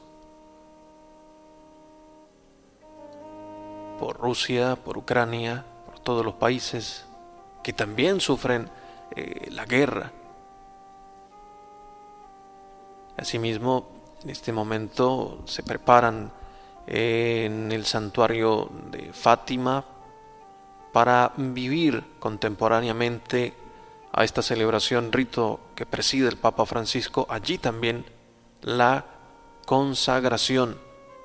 por Rusia, por Ucrania, por todos los países que también sufren la guerra. Asimismo, En este momento se preparan en el santuario de Fátima para vivir contemporáneamente a esta celebración, rito que preside el Papa Francisco, allí también la consagración.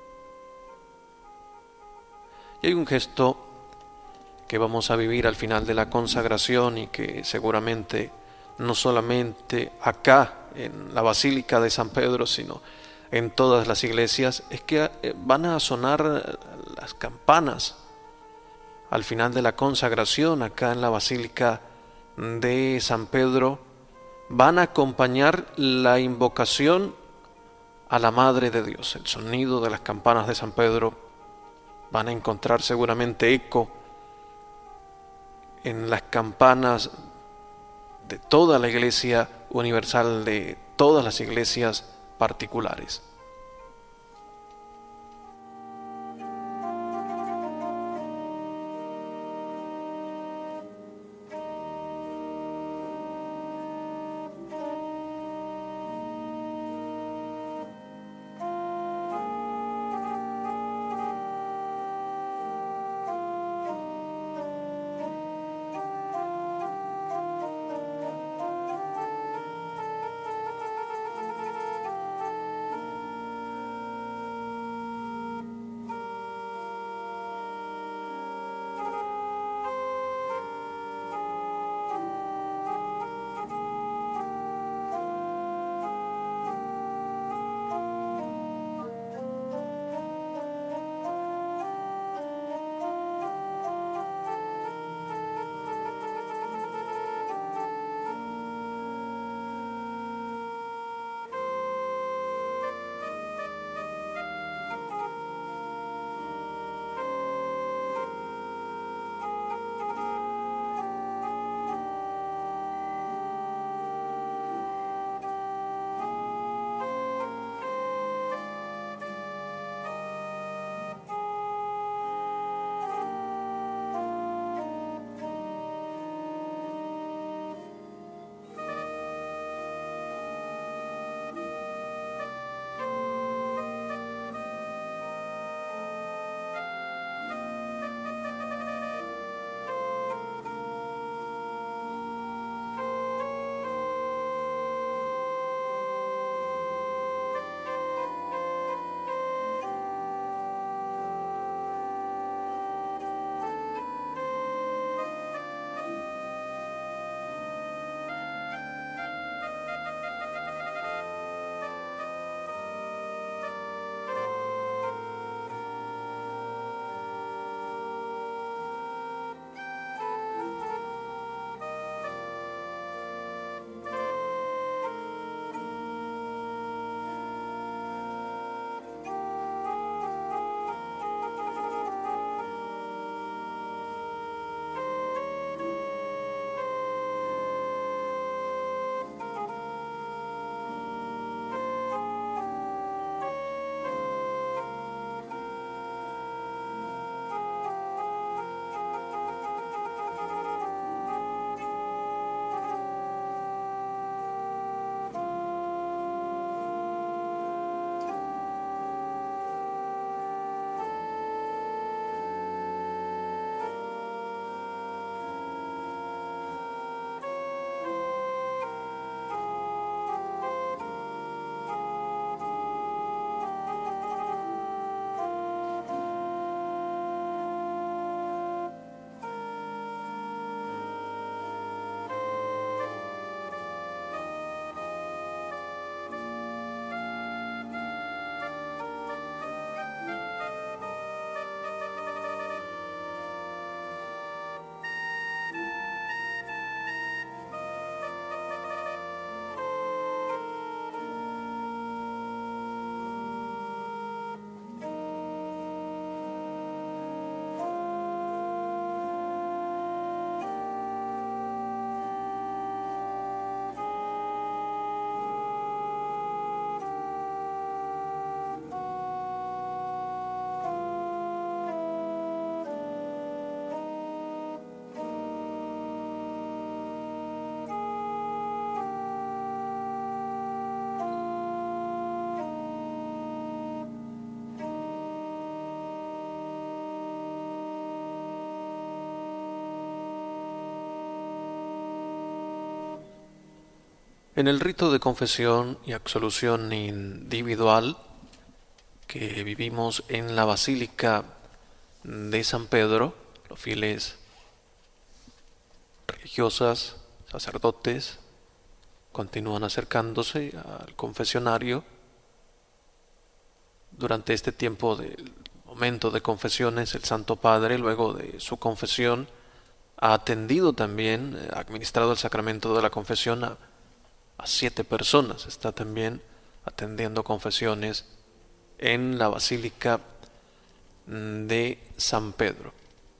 Y hay un gesto que vamos a vivir al final de la consagración y que seguramente no solamente acá en la Basílica de San Pedro, sino en todas las iglesias, es que van a sonar las campanas al final de la consagración. Acá en la Basílica de San Pedro van a acompañar la invocación a la Madre de Dios. El sonido de las campanas de San Pedro van a encontrar seguramente eco en las campanas de toda la Iglesia universal, de todas las iglesias particulares. En el rito de confesión y absolución individual que vivimos en la Basílica de San Pedro, los fieles religiosas, sacerdotes, continúan acercándose al confesionario. Durante este tiempo del momento de confesiones, el Santo Padre, luego de su confesión, ha atendido también, ha administrado el sacramento de la confesión a 7 personas. Está también atendiendo confesiones en la Basílica de San Pedro.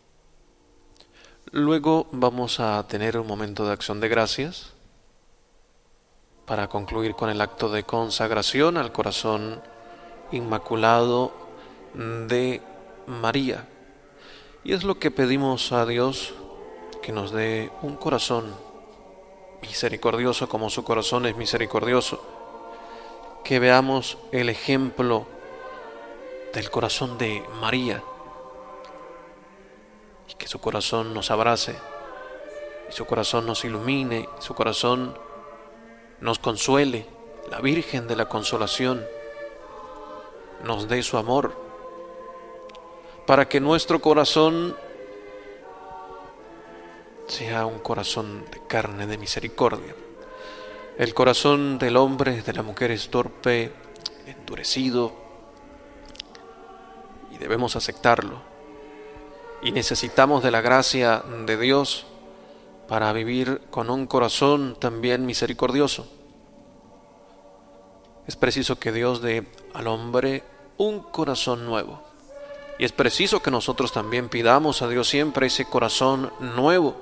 Luego vamos a tener un momento de acción de gracias para concluir con el acto de consagración al corazón inmaculado de María. Y es lo que pedimos a Dios, que nos dé un corazón misericordioso como su corazón es misericordioso, que veamos el ejemplo del corazón de María y que su corazón nos abrace y su corazón nos ilumine, y su corazón nos consuele, la Virgen de la Consolación nos dé su amor, para que nuestro corazón sea un corazón de carne, de misericordia. El corazón del hombre, de la mujer es torpe, endurecido, y debemos aceptarlo. Y necesitamos de la gracia de Dios para vivir con un corazón también misericordioso. Es preciso que Dios dé al hombre un corazón nuevo. Y es preciso que nosotros también pidamos a Dios siempre ese corazón nuevo,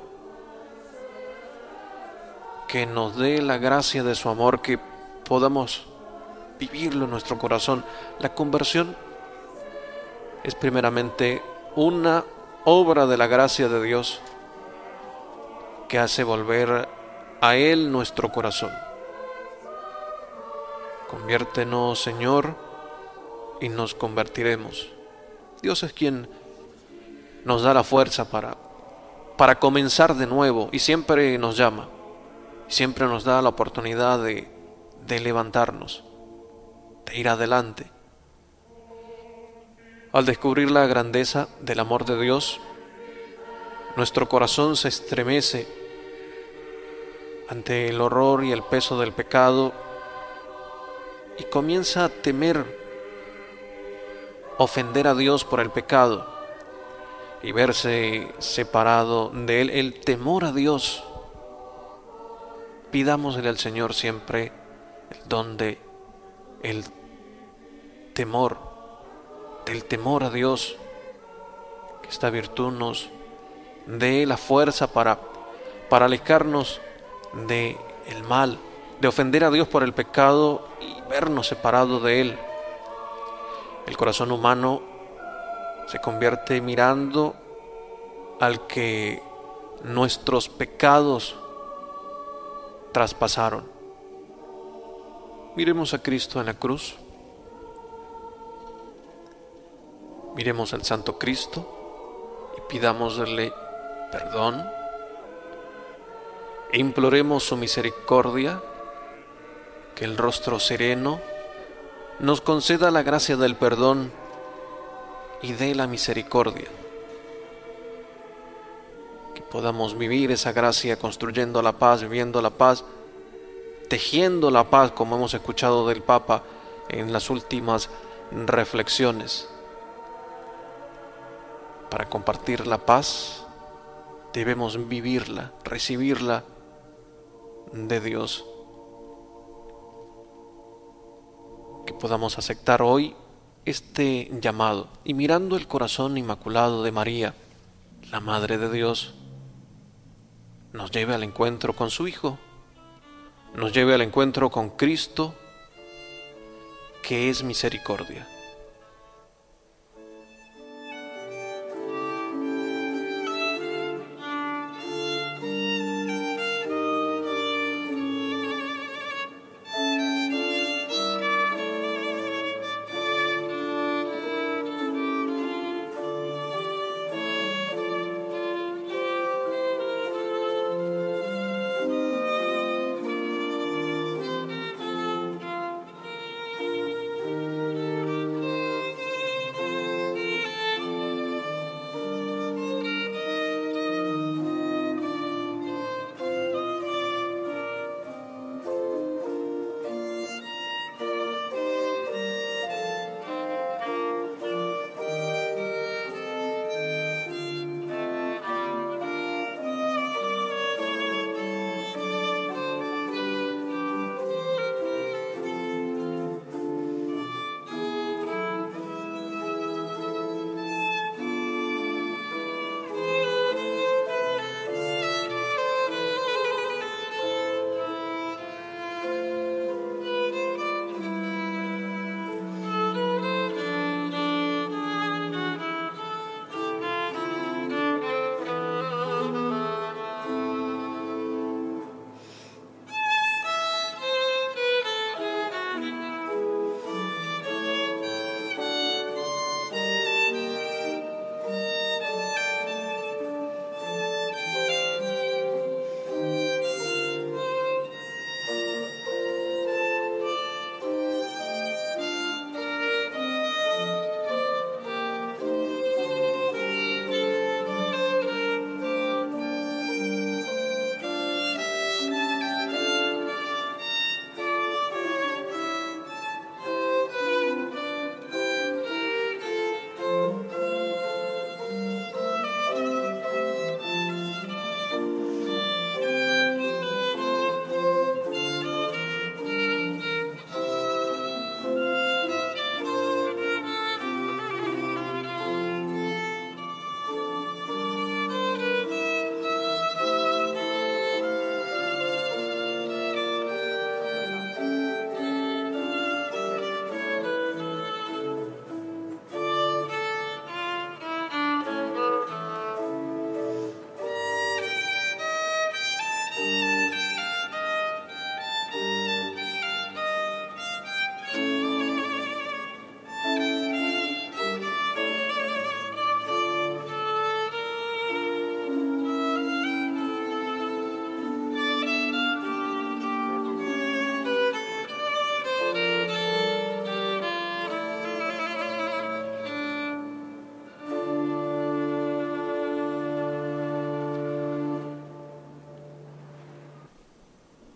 que nos dé la gracia de su amor, que podamos vivirlo en nuestro corazón. La conversión es primeramente una obra de la gracia de Dios que hace volver a Él nuestro corazón. Conviértenos, Señor, y nos convertiremos. Dios es quien nos da la fuerza para comenzar de nuevo, y siempre nos llama, y siempre nos da la oportunidad de levantarnos, de ir adelante. Al descubrir la grandeza del amor de Dios, nuestro corazón se estremece ante el horror y el peso del pecado y comienza a temer ofender a Dios por el pecado y verse separado de Él. El temor a Dios, pidámosle al Señor siempre el don de el temor, del temor a Dios, que esta virtud nos dé la fuerza para alejarnos de el mal, de ofender a Dios por el pecado y vernos separados de Él. El corazón humano se convierte mirando al que nuestros pecados traspasaron. Miremos a Cristo en la cruz. Miremos al Santo Cristo y pidámosle perdón. E imploremos su misericordia, que el rostro sereno nos conceda la gracia del perdón y de la misericordia. Que podamos vivir esa gracia construyendo la paz, viviendo la paz, tejiendo la paz, como hemos escuchado del Papa en las últimas reflexiones. Para compartir la paz debemos vivirla, recibirla de Dios. Que podamos aceptar hoy este llamado y mirando el corazón inmaculado de María, la Madre de Dios, nos lleve al encuentro con su Hijo, nos lleve al encuentro con Cristo, que es misericordia.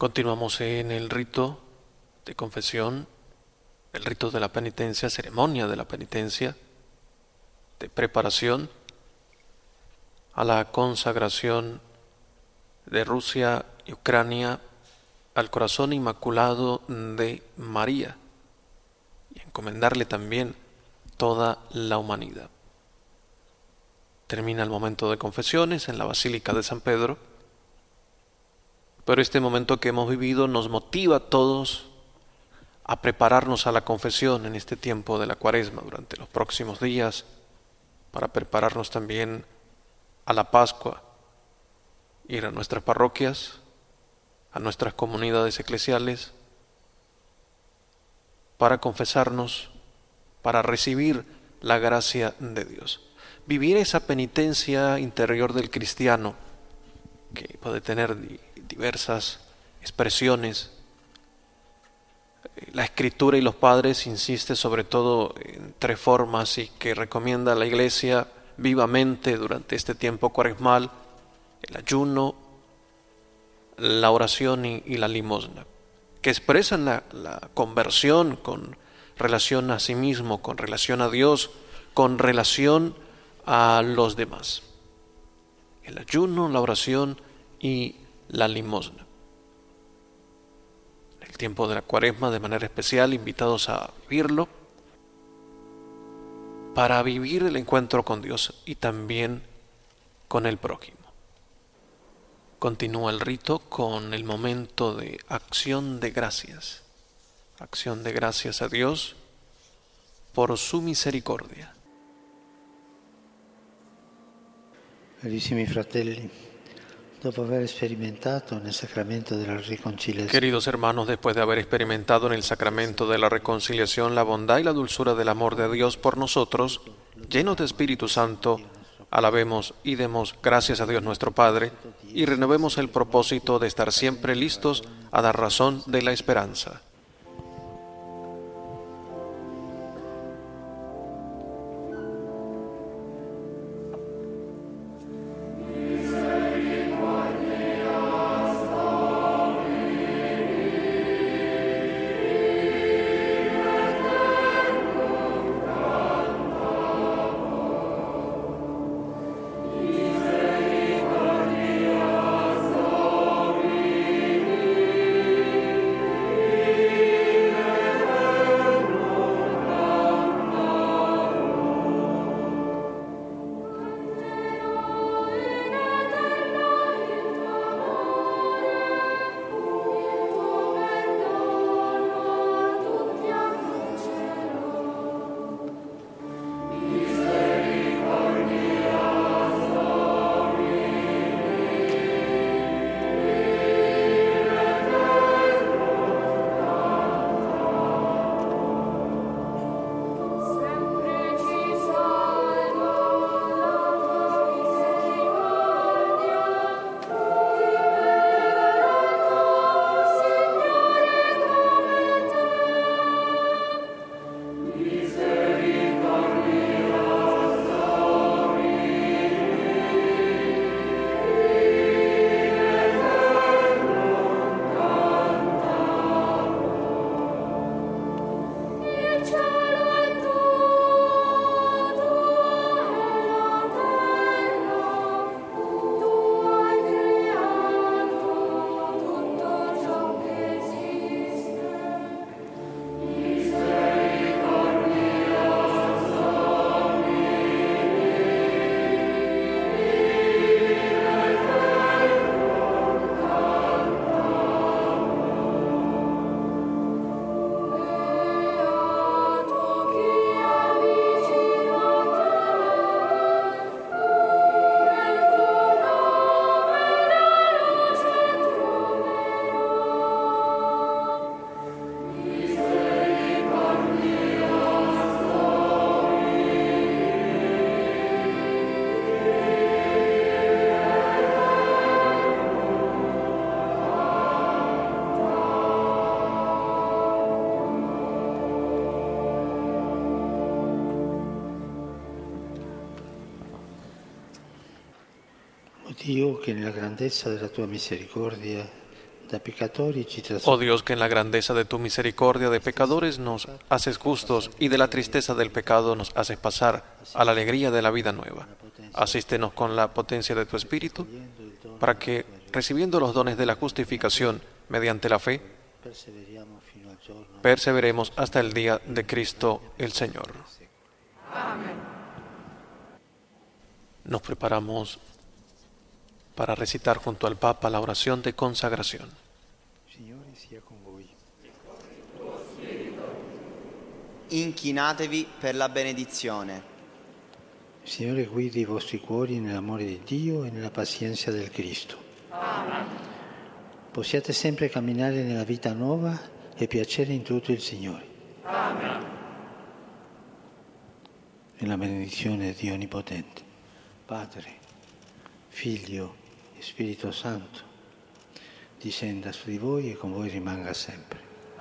Continuamos en el rito de confesión, el rito de la penitencia, ceremonia de la penitencia, de preparación a la consagración de Rusia y Ucrania al corazón inmaculado de María y encomendarle también toda la humanidad. Termina el momento de confesiones en la Basílica de San Pedro, pero este momento que hemos vivido nos motiva a todos a prepararnos a la confesión en este tiempo de la Cuaresma durante los próximos días, para prepararnos también a la Pascua, ir a nuestras parroquias, a nuestras comunidades eclesiales, para confesarnos, para recibir la gracia de Dios. Vivir esa penitencia interior del cristiano, que puede tener diversas expresiones. La Escritura y los padres insisten sobre todo en 3 formas y que recomienda la Iglesia vivamente durante este tiempo cuaresmal: el ayuno, la oración y la limosna, que expresan la conversión con relación a sí mismo, con relación a Dios, con relación a los demás. El ayuno, la oración y la limosna. En el tiempo de la Cuaresma, de manera especial, invitados a vivirlo, para vivir el encuentro con Dios y también con el prójimo. Continúa el rito con el momento de acción de gracias. Acción de gracias a Dios por su misericordia. Carissimi fratelli, dopo aver sperimentato nel sacramento della riconciliazione, Queridos hermanos, después de haber experimentado en el sacramento de la reconciliación la bondad y la dulzura del amor de Dios por nosotros, llenos de Espíritu Santo, alabemos y demos gracias a Dios nuestro Padre y renovemos el propósito de estar siempre listos a dar razón de la esperanza. Dio che nella grandezza della tua misericordia da peccatori ci Oh trasformi. Dios, que en la grandeza de tu misericordia de pecadores nos haces justos y de la tristeza del pecado nos haces pasar a la alegría de la vida nueva. Asístenos con la potencia de tu Espíritu para que, recibiendo los dones de la justificación mediante la fe, Perseveriamo fino al giorno. perseveremos hasta el día de Cristo el Señor. Nos preparamos para recitar junto al Papa la oración de consagración. Signore sia con voi. Inchinatevi per la benedizione. Il Signore guidi i vostri cuori nell'amore di Dio e nella pazienza del Cristo. Possiate sempre camminare nella vita nuova e piacere in tutto il Signore. Nella benedizione di Dio Onnipotente, Padre, Figlio e Spirito Santo, discenda su di voi e con voi rimanga sempre.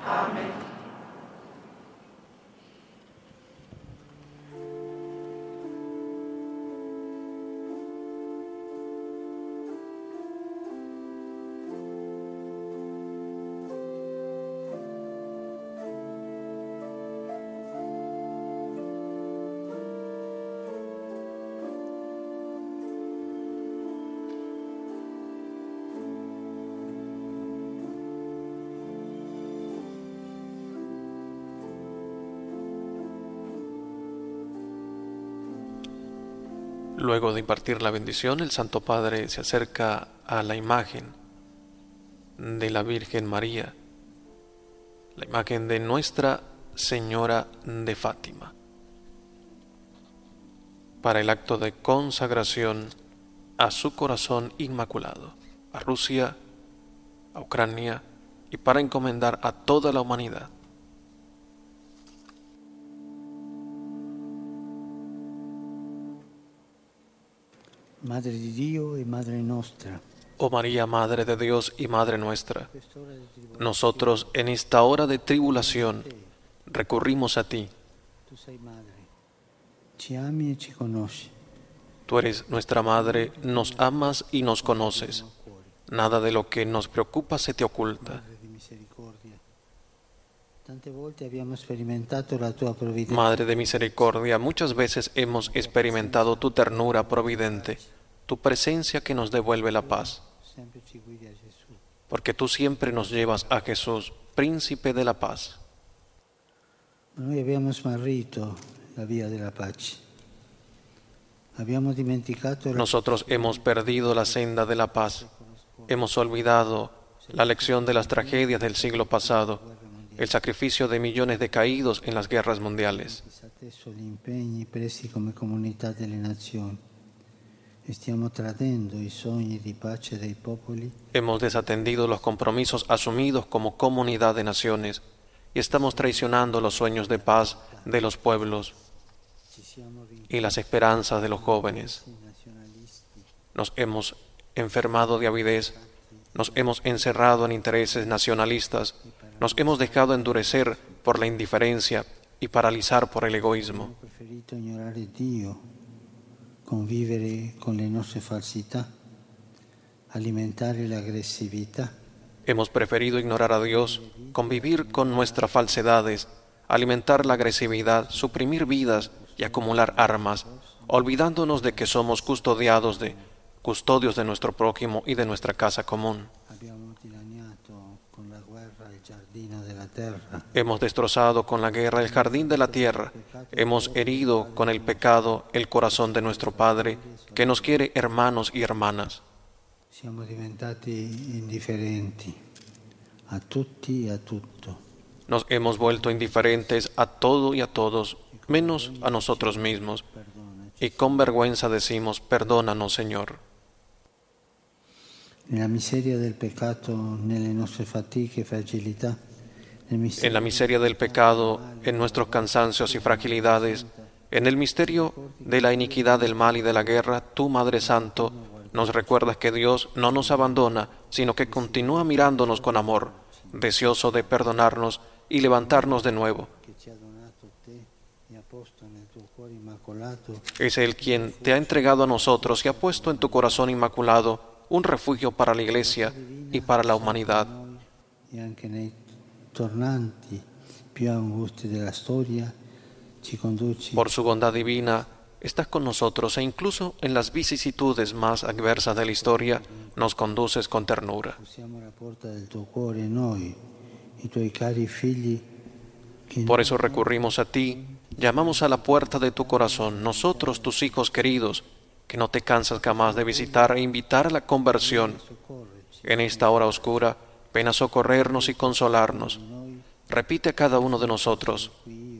Luego de impartir la bendición, el Santo Padre se acerca a la imagen de la Virgen María, la imagen de Nuestra Señora de Fátima, para el acto de consagración a su corazón inmaculado, a Rusia, a Ucrania y para encomendar a toda la humanidad. Madre di Dio e Madre nostra, Oh María, Madre de Dios y Madre nuestra, quest'ora di tribolazione, nosotros en esta hora de tribulación recurrimos a ti. tu sei madre, ci ami e ci conosci. Tú eres nuestra Madre, nos amas y nos conoces. Nada de lo que nos preocupa se te oculta. Madre di misericordia. Tante volte abbiamo sperimentato la tua provvidenza. Madre de misericordia, muchas veces hemos experimentado tu ternura providente, tu presencia que nos devuelve la paz, Sempre ci guidi a Gesù. porque tú siempre nos llevas a Jesús, príncipe de la paz. Ma noi abbiamo smarrito la via della pace. Abbiamo dimenticato la Nosotros hemos perdido la senda de la paz, hemos olvidado la lección de las tragedias del siglo pasado, el sacrificio de millones de caídos en las guerras mundiales. disatteso gli impegni presi come comunità delle nazioni e stiamo tradendo i sogni di pace dei popoli Hemos desatendido los compromisos asumidos como comunidad de naciones y estamos traicionando los sueños de paz de los pueblos ci siamo y las esperanzas de los jóvenes. rincorsi nazionalisti Nos hemos enfermado de avidez, nos hemos encerrado en intereses nacionalistas, nos hemos dejado endurecer por la indiferencia y paralizar por el egoísmo. abbiamo preferito ignorare Dio, convivere con le nostre falsità, alimentare l'aggressività. Hemos preferido ignorar a Dios, convivir con nuestras falsedades, alimentar la agresividad, suprimir vidas y acumular armas, olvidándonos de que somos custodios de nuestro prójimo y de nuestra casa común. Abbiamo dilaniato con la guerra il giardino della terra. Hemos destrozado con la guerra el jardín de la tierra, hemos herido con el pecado el corazón de nuestro Padre, que nos quiere hermanos y hermanas. Siamo diventati indifferenti a tutti e a tutto. Nos hemos vuelto indiferentes a todo y a todos, menos a nosotros mismos, y con vergüenza decimos, perdónanos, Señor. Nella miseria del peccato, nelle nostre fatiche e fragilità, En la miseria del pecado, en nuestros cansancios y fragilidades, en el misterio de la iniquidad del mal y de la guerra, tú, Madre Santo, nos recuerdas que Dios no nos abandona, sino que continúa mirándonos con amor, deseoso de perdonarnos y levantarnos de nuevo. che ci ha donato te e ha posto nel tuo cuore immacolato Es Él quien te ha entregado a nosotros y ha puesto en tu corazón inmaculado un refugio para la Iglesia y para la humanidad. e anche nei tornanti più angusti della storia ci conduci. Por su bondad divina, estás con nosotros e incluso en las vicisitudes más adversas de la historia nos conduces con ternura. Siamo alla porta del tuo cuore noi, i tuoi cari figli. Por eso recurrimos a ti, llamamos a la puerta de tu corazón, nosotros, tus hijos queridos, que no te cansas jamás de visitar e invitar a la conversión. En esta hora oscura, ven a socorrernos y consolarnos. Repite a cada uno de nosotros: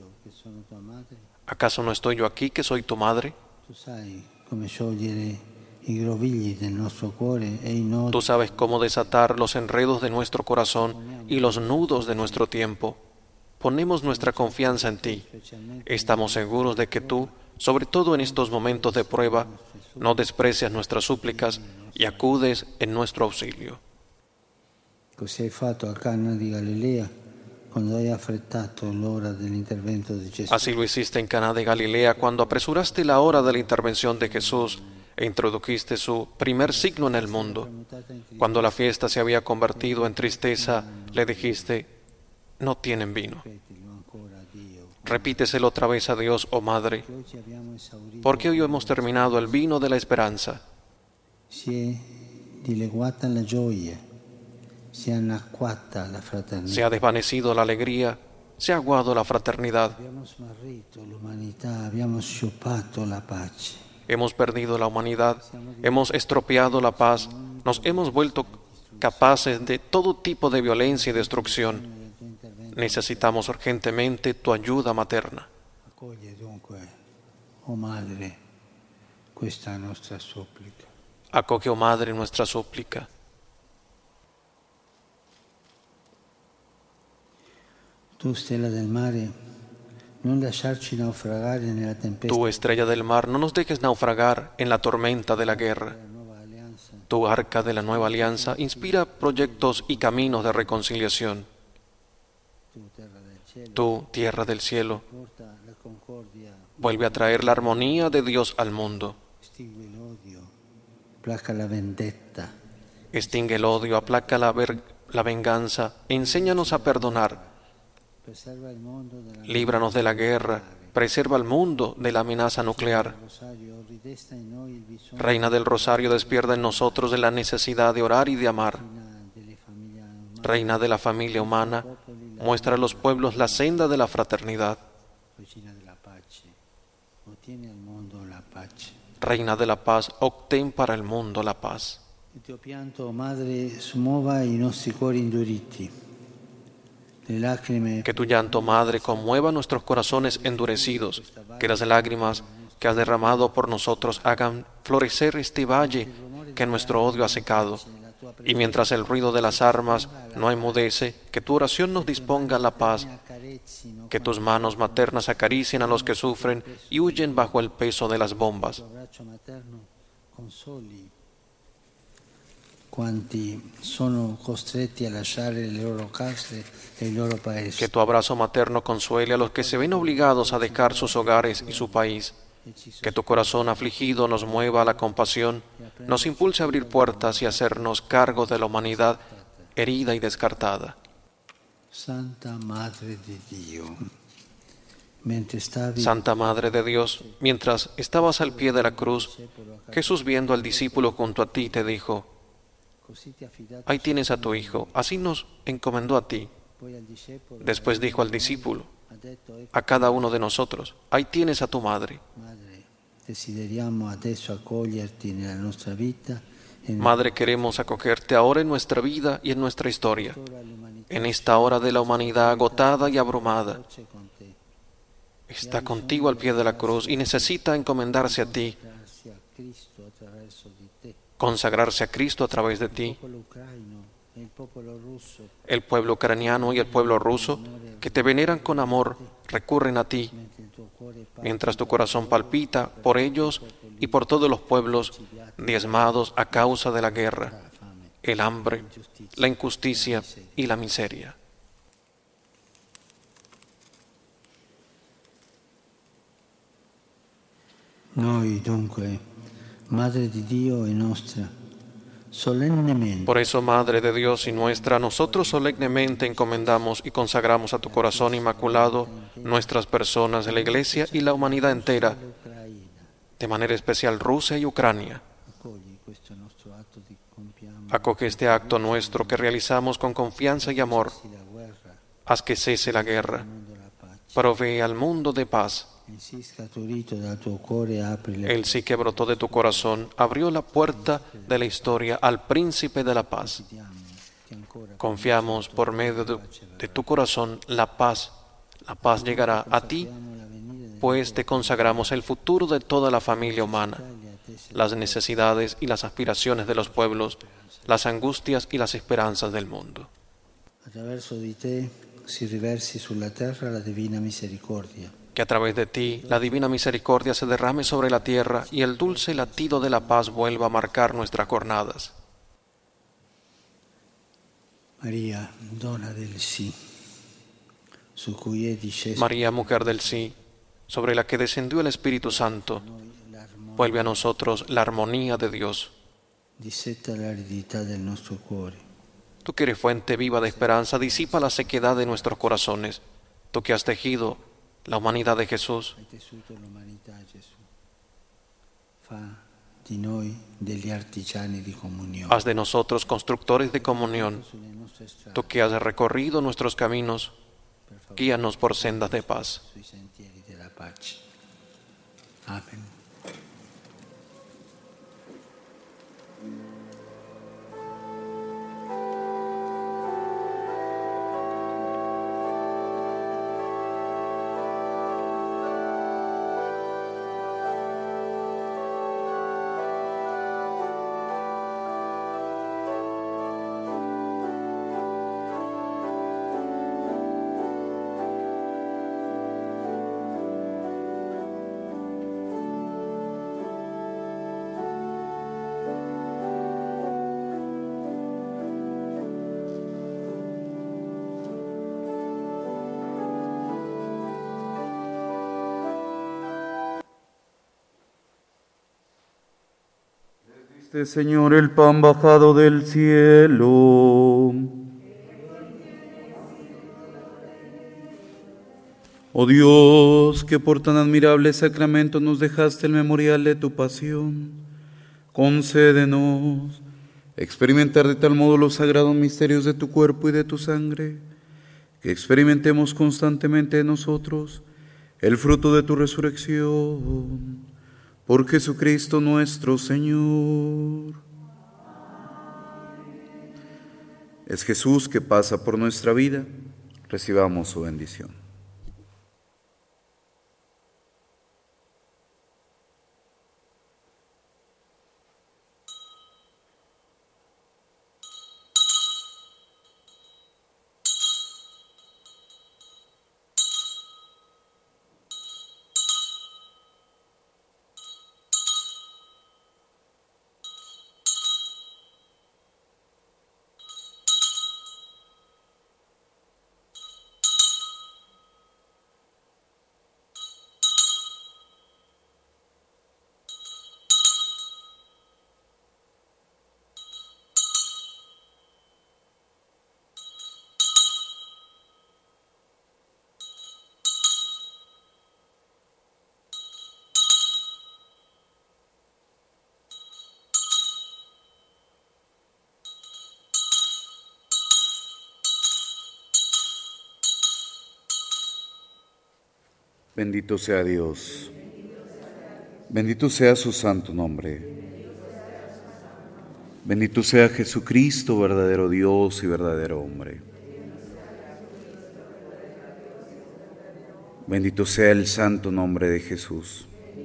¿acaso no estoy yo aquí, que soy tu madre? Tu sai come sciogliere i grovigli del nostro cuore e i nodi. Tú sabes cómo desatar los enredos de nuestro corazón y los nudos de nuestro tiempo. Ponemos nuestra confianza en ti. Estamos seguros de que tú, sobre todo en estos momentos de prueba, no desprecias nuestras súplicas y acudes en nuestro auxilio. Così hai fatto a Cana di Galilea quando hai affrettato l'ora dell'intervento di Gesù. Así lo hiciste en Caná de Galilea cuando apresuraste la hora de la intervención de Jesús e introdujiste su primer signo en el mundo. Cuando la fiesta se había convertido en tristeza, le dijiste: no tienen vino. Repíteselo otra vez a Dios, oh Madre, porque hoy hemos terminado el vino de la esperanza. Si è dileguata la gioia, si è annacquata la fraternità. Se ha desvanecido la alegría, se ha aguado la fraternidad. Abbiamo smarrito l'umanità, abbiamo sciupato la pace. Hemos perdido la humanidad, hemos estropeado la paz, nos hemos vuelto capaces de todo tipo de violencia y destrucción. Necesitamos urgentemente tu ayuda materna. Accoglie dunque, oh Madre, questa nostra supplica. Acoge, oh Madre, nuestra súplica. Tu, stella del mare, non lasciarci naufragare nella tempesta. Tú, estrella del mar, no nos dejes naufragar en la tormenta de la guerra. Tu, arca de la nueva alianza, inspira proyectos y caminos de reconciliación. Tú, tierra del cielo, Porta la concordia, vuelve a traer la armonía de Dios al mundo. estingue l'odio, placa la vendetta. Extingue el odio, aplaca la venganza, enséñanos a perdonar. Preserva il mondo della Líbranos de la guerra, preserva al mundo de la amenaza nuclear. Rosario, ridesta in noi il bisogno Reina del Rosario, despierta en nosotros de la necesidad de orar y de amar. delle famiglie umane. Reina de la familia humana, muestra a los pueblos la senda de la fraternidad. Regina della pace, ottieni al mondo la pace. Reina de la paz, obtén para el mundo la paz. Il tuo pianto, Madre, smuova i nostri cuori induriti. Le lacrime Que tu llanto, Madre, conmueva nuestros corazones endurecidos. Que las lágrimas que has derramado por nosotros hagan florecer este valle que nuestro odio ha secado. Y mientras el ruido de las armas no enmudece, que tu oración nos disponga la paz. accarezzino Que tus manos maternas acaricien a los que sufren y huyen bajo el peso de las bombas. il tuo abbraccio materno, consoli quanti sono costretti a lasciare le loro case e i loro paesi. Que tu abrazo materno consuele a los que se ven obligados a dejar sus hogares y su país. Que tu corazón afligido nos mueva a la compasión, nos impulse a abrir puertas y hacernos cargo de la humanidad herida y descartada. Santa Madre di Dio, mentre stavi Santa Madre de Dios, mientras estabas al pie de la cruz, Jesús, viendo al discípulo junto a ti, te dijo: così ti affidato ahí tienes a tu hijo, así nos encomendó a ti. poi al discepolo, Después dijo al discípulo, ha detto: a cada uno de nosotros: ahí tienes a tu madre. Madre, desideriamo adesso accoglierti nella nostra vita e Madre, queremos acogerte ahora en nuestra vida y en nuestra historia, en esta hora de la humanidad agotada y abrumada. pace con te. Está contigo al pie de la cruz y necesita encomendarse a ti, Grazie a Cristo attraverso di te. consagrarse a Cristo a través de ti. Il popolo ucraino e il popolo russo, El pueblo ucraniano y el pueblo ruso, que te veneran con amor, recurren a ti, mentre il tuo cuore mientras tu corazón palpita por ellos y por todos los pueblos diezmados a causa de la guerra, el hambre, la injusticia y la miseria. Noi dunque, Madre di Dio e nostra, solennemente. Por eso, Madre de Dios y nuestra, nosotros solemnemente encomendamos y consagramos a tu corazón inmaculado nuestras personas de la Iglesia y la humanidad entera, de manera especial Rusia y Ucrania. Acoge este acto nuestro que realizamos con confianza y amor. Haz que cese la guerra. Provee al mundo de paz. El sí que brotó de tu corazón abrió la puerta de la historia al príncipe de la paz. Confiamos por medio de tu corazón la paz. La paz llegará a ti, pues te consagramos el futuro de toda la familia humana, las necesidades y las aspiraciones de los pueblos, las angustias y las esperanzas del mundo. Attraverso di te si riversi sulla terra la divina misericordia. Que a través de ti la divina misericordia se derrame sobre la tierra y el dulce latido de la paz vuelva a marcar nuestras jornadas. María, donna del sí, su cui è disceso. María, mujer del sí, sobre la que descendió el Espíritu Santo, vuelve a nosotros la armonía de Dios. Disseta l'aridità del nostro cuore. Tú que eres fuente viva de esperanza, disipa la sequedad de nuestros corazones. Tú que has tejido la humanidad de Jesús, Hai tessuto l'umanità, Gesù. Fa di noi degli artigiani di comunione. haz de nosotros constructores de comunión. Sulle nostre strade, Tú que has recorrido nuestros caminos, guíanos por sendas de paz. sui sentieri della pace. Amen. Señor, el pan bajado del cielo. Oh Dios, que por tan admirable sacramento nos dejaste el memorial de tu pasión, concédenos experimentar de tal modo los sagrados misterios de tu cuerpo y de tu sangre, que experimentemos constantemente en nosotros el fruto de tu resurrección. Por Jesucristo nuestro Señor. Es Jesús que pasa por nuestra vida. Recibamos su bendición. Bendito sea Dios. Bendito sea su santo nombre. Bendito sea Jesucristo, verdadero Dios y verdadero hombre. Bendito sea el santo nombre de Jesús.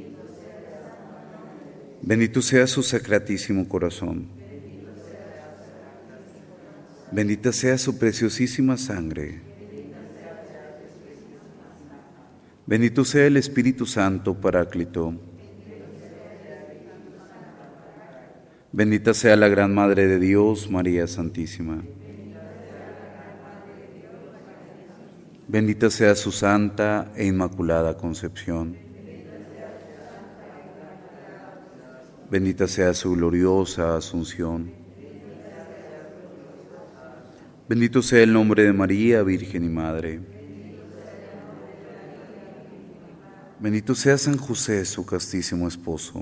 Bendito sea su sacratísimo corazón. Bendita sea su preciosísima sangre. Bendito sea el Espíritu Santo Paráclito. Bendita sea la Gran Madre de Dios, María Santísima. Bendita sea su santa e inmaculada concepción. Bendita sea su gloriosa asunción. Bendito sea el nombre de María, Virgen y Madre. Bendito sea San José, su castísimo esposo.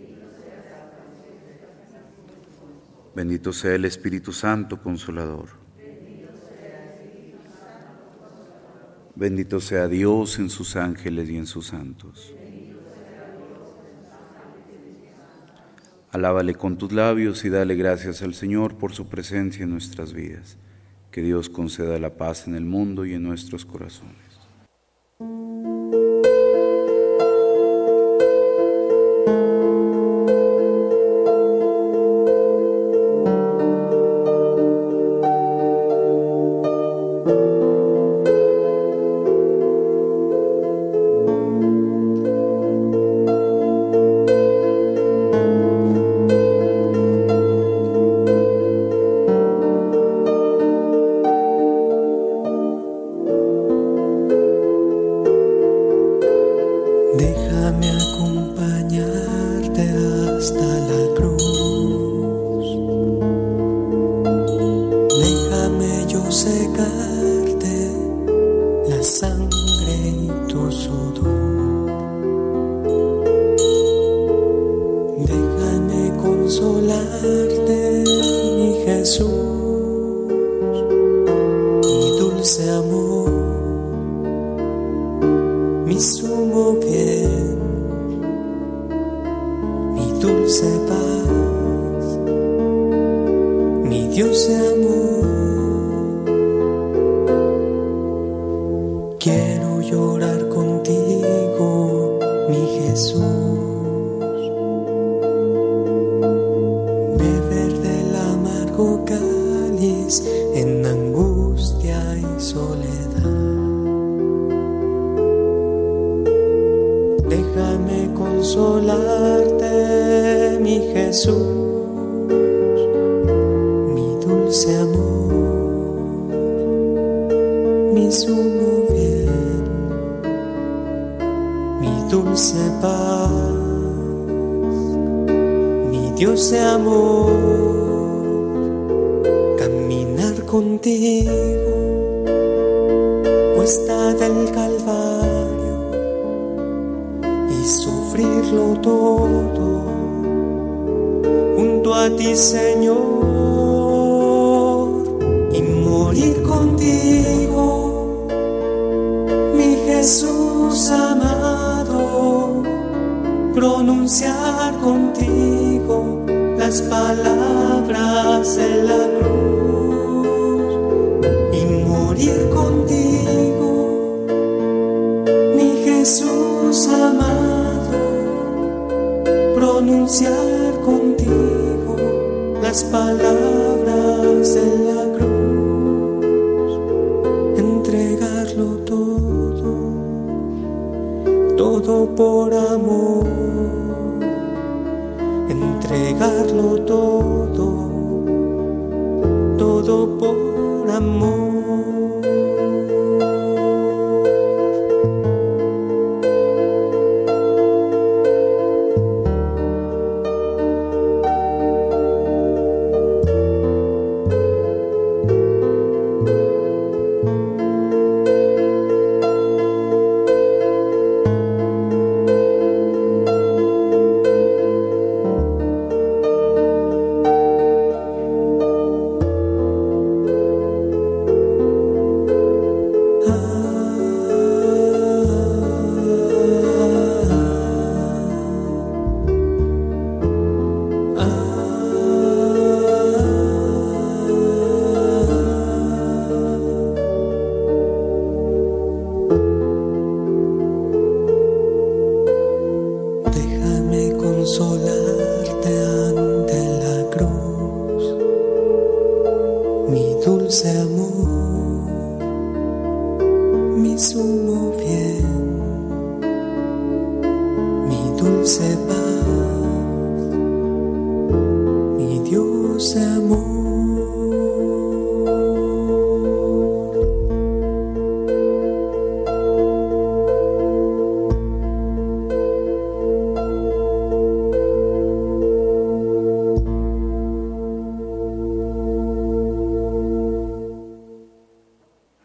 Bendito sea el Espíritu Santo Consolador. Bendito sea Dios en sus ángeles y en sus santos. Alábale con tus labios y dale gracias al Señor por su presencia en nuestras vidas. Que Dios conceda la paz en el mundo y en nuestros corazones. Déjame acompañarte hasta la cruz. Déjame yo secarte la sangre y tu sudor. Déjame consolarte, mi Jesús, mi dulce amor, mi sumo bien, mi dulce paz, mi Dios de amor. Quiero llorar contigo, mi Jesús, beber del amargo cáliz en angustia y soledad. Déjame consolarte, mi Jesús, mi dulce amor, mi sumo bien, mi dulce paz, mi Dios de amor. Caminar contigo, cuesta del Calvario, y sufrirlo todo junto a ti, Señor, y morir contigo, mi Jesús amado, pronunciar contigo las palabras de la cruz y morir contigo, mi Jesús amado, pronunciar contigo las palabras de la cruz, entregarlo todo por amor, entregarlo todo por amor. Consolarte ante la cruz, mi dulce amor, mi sumo bien, mi dulce paz.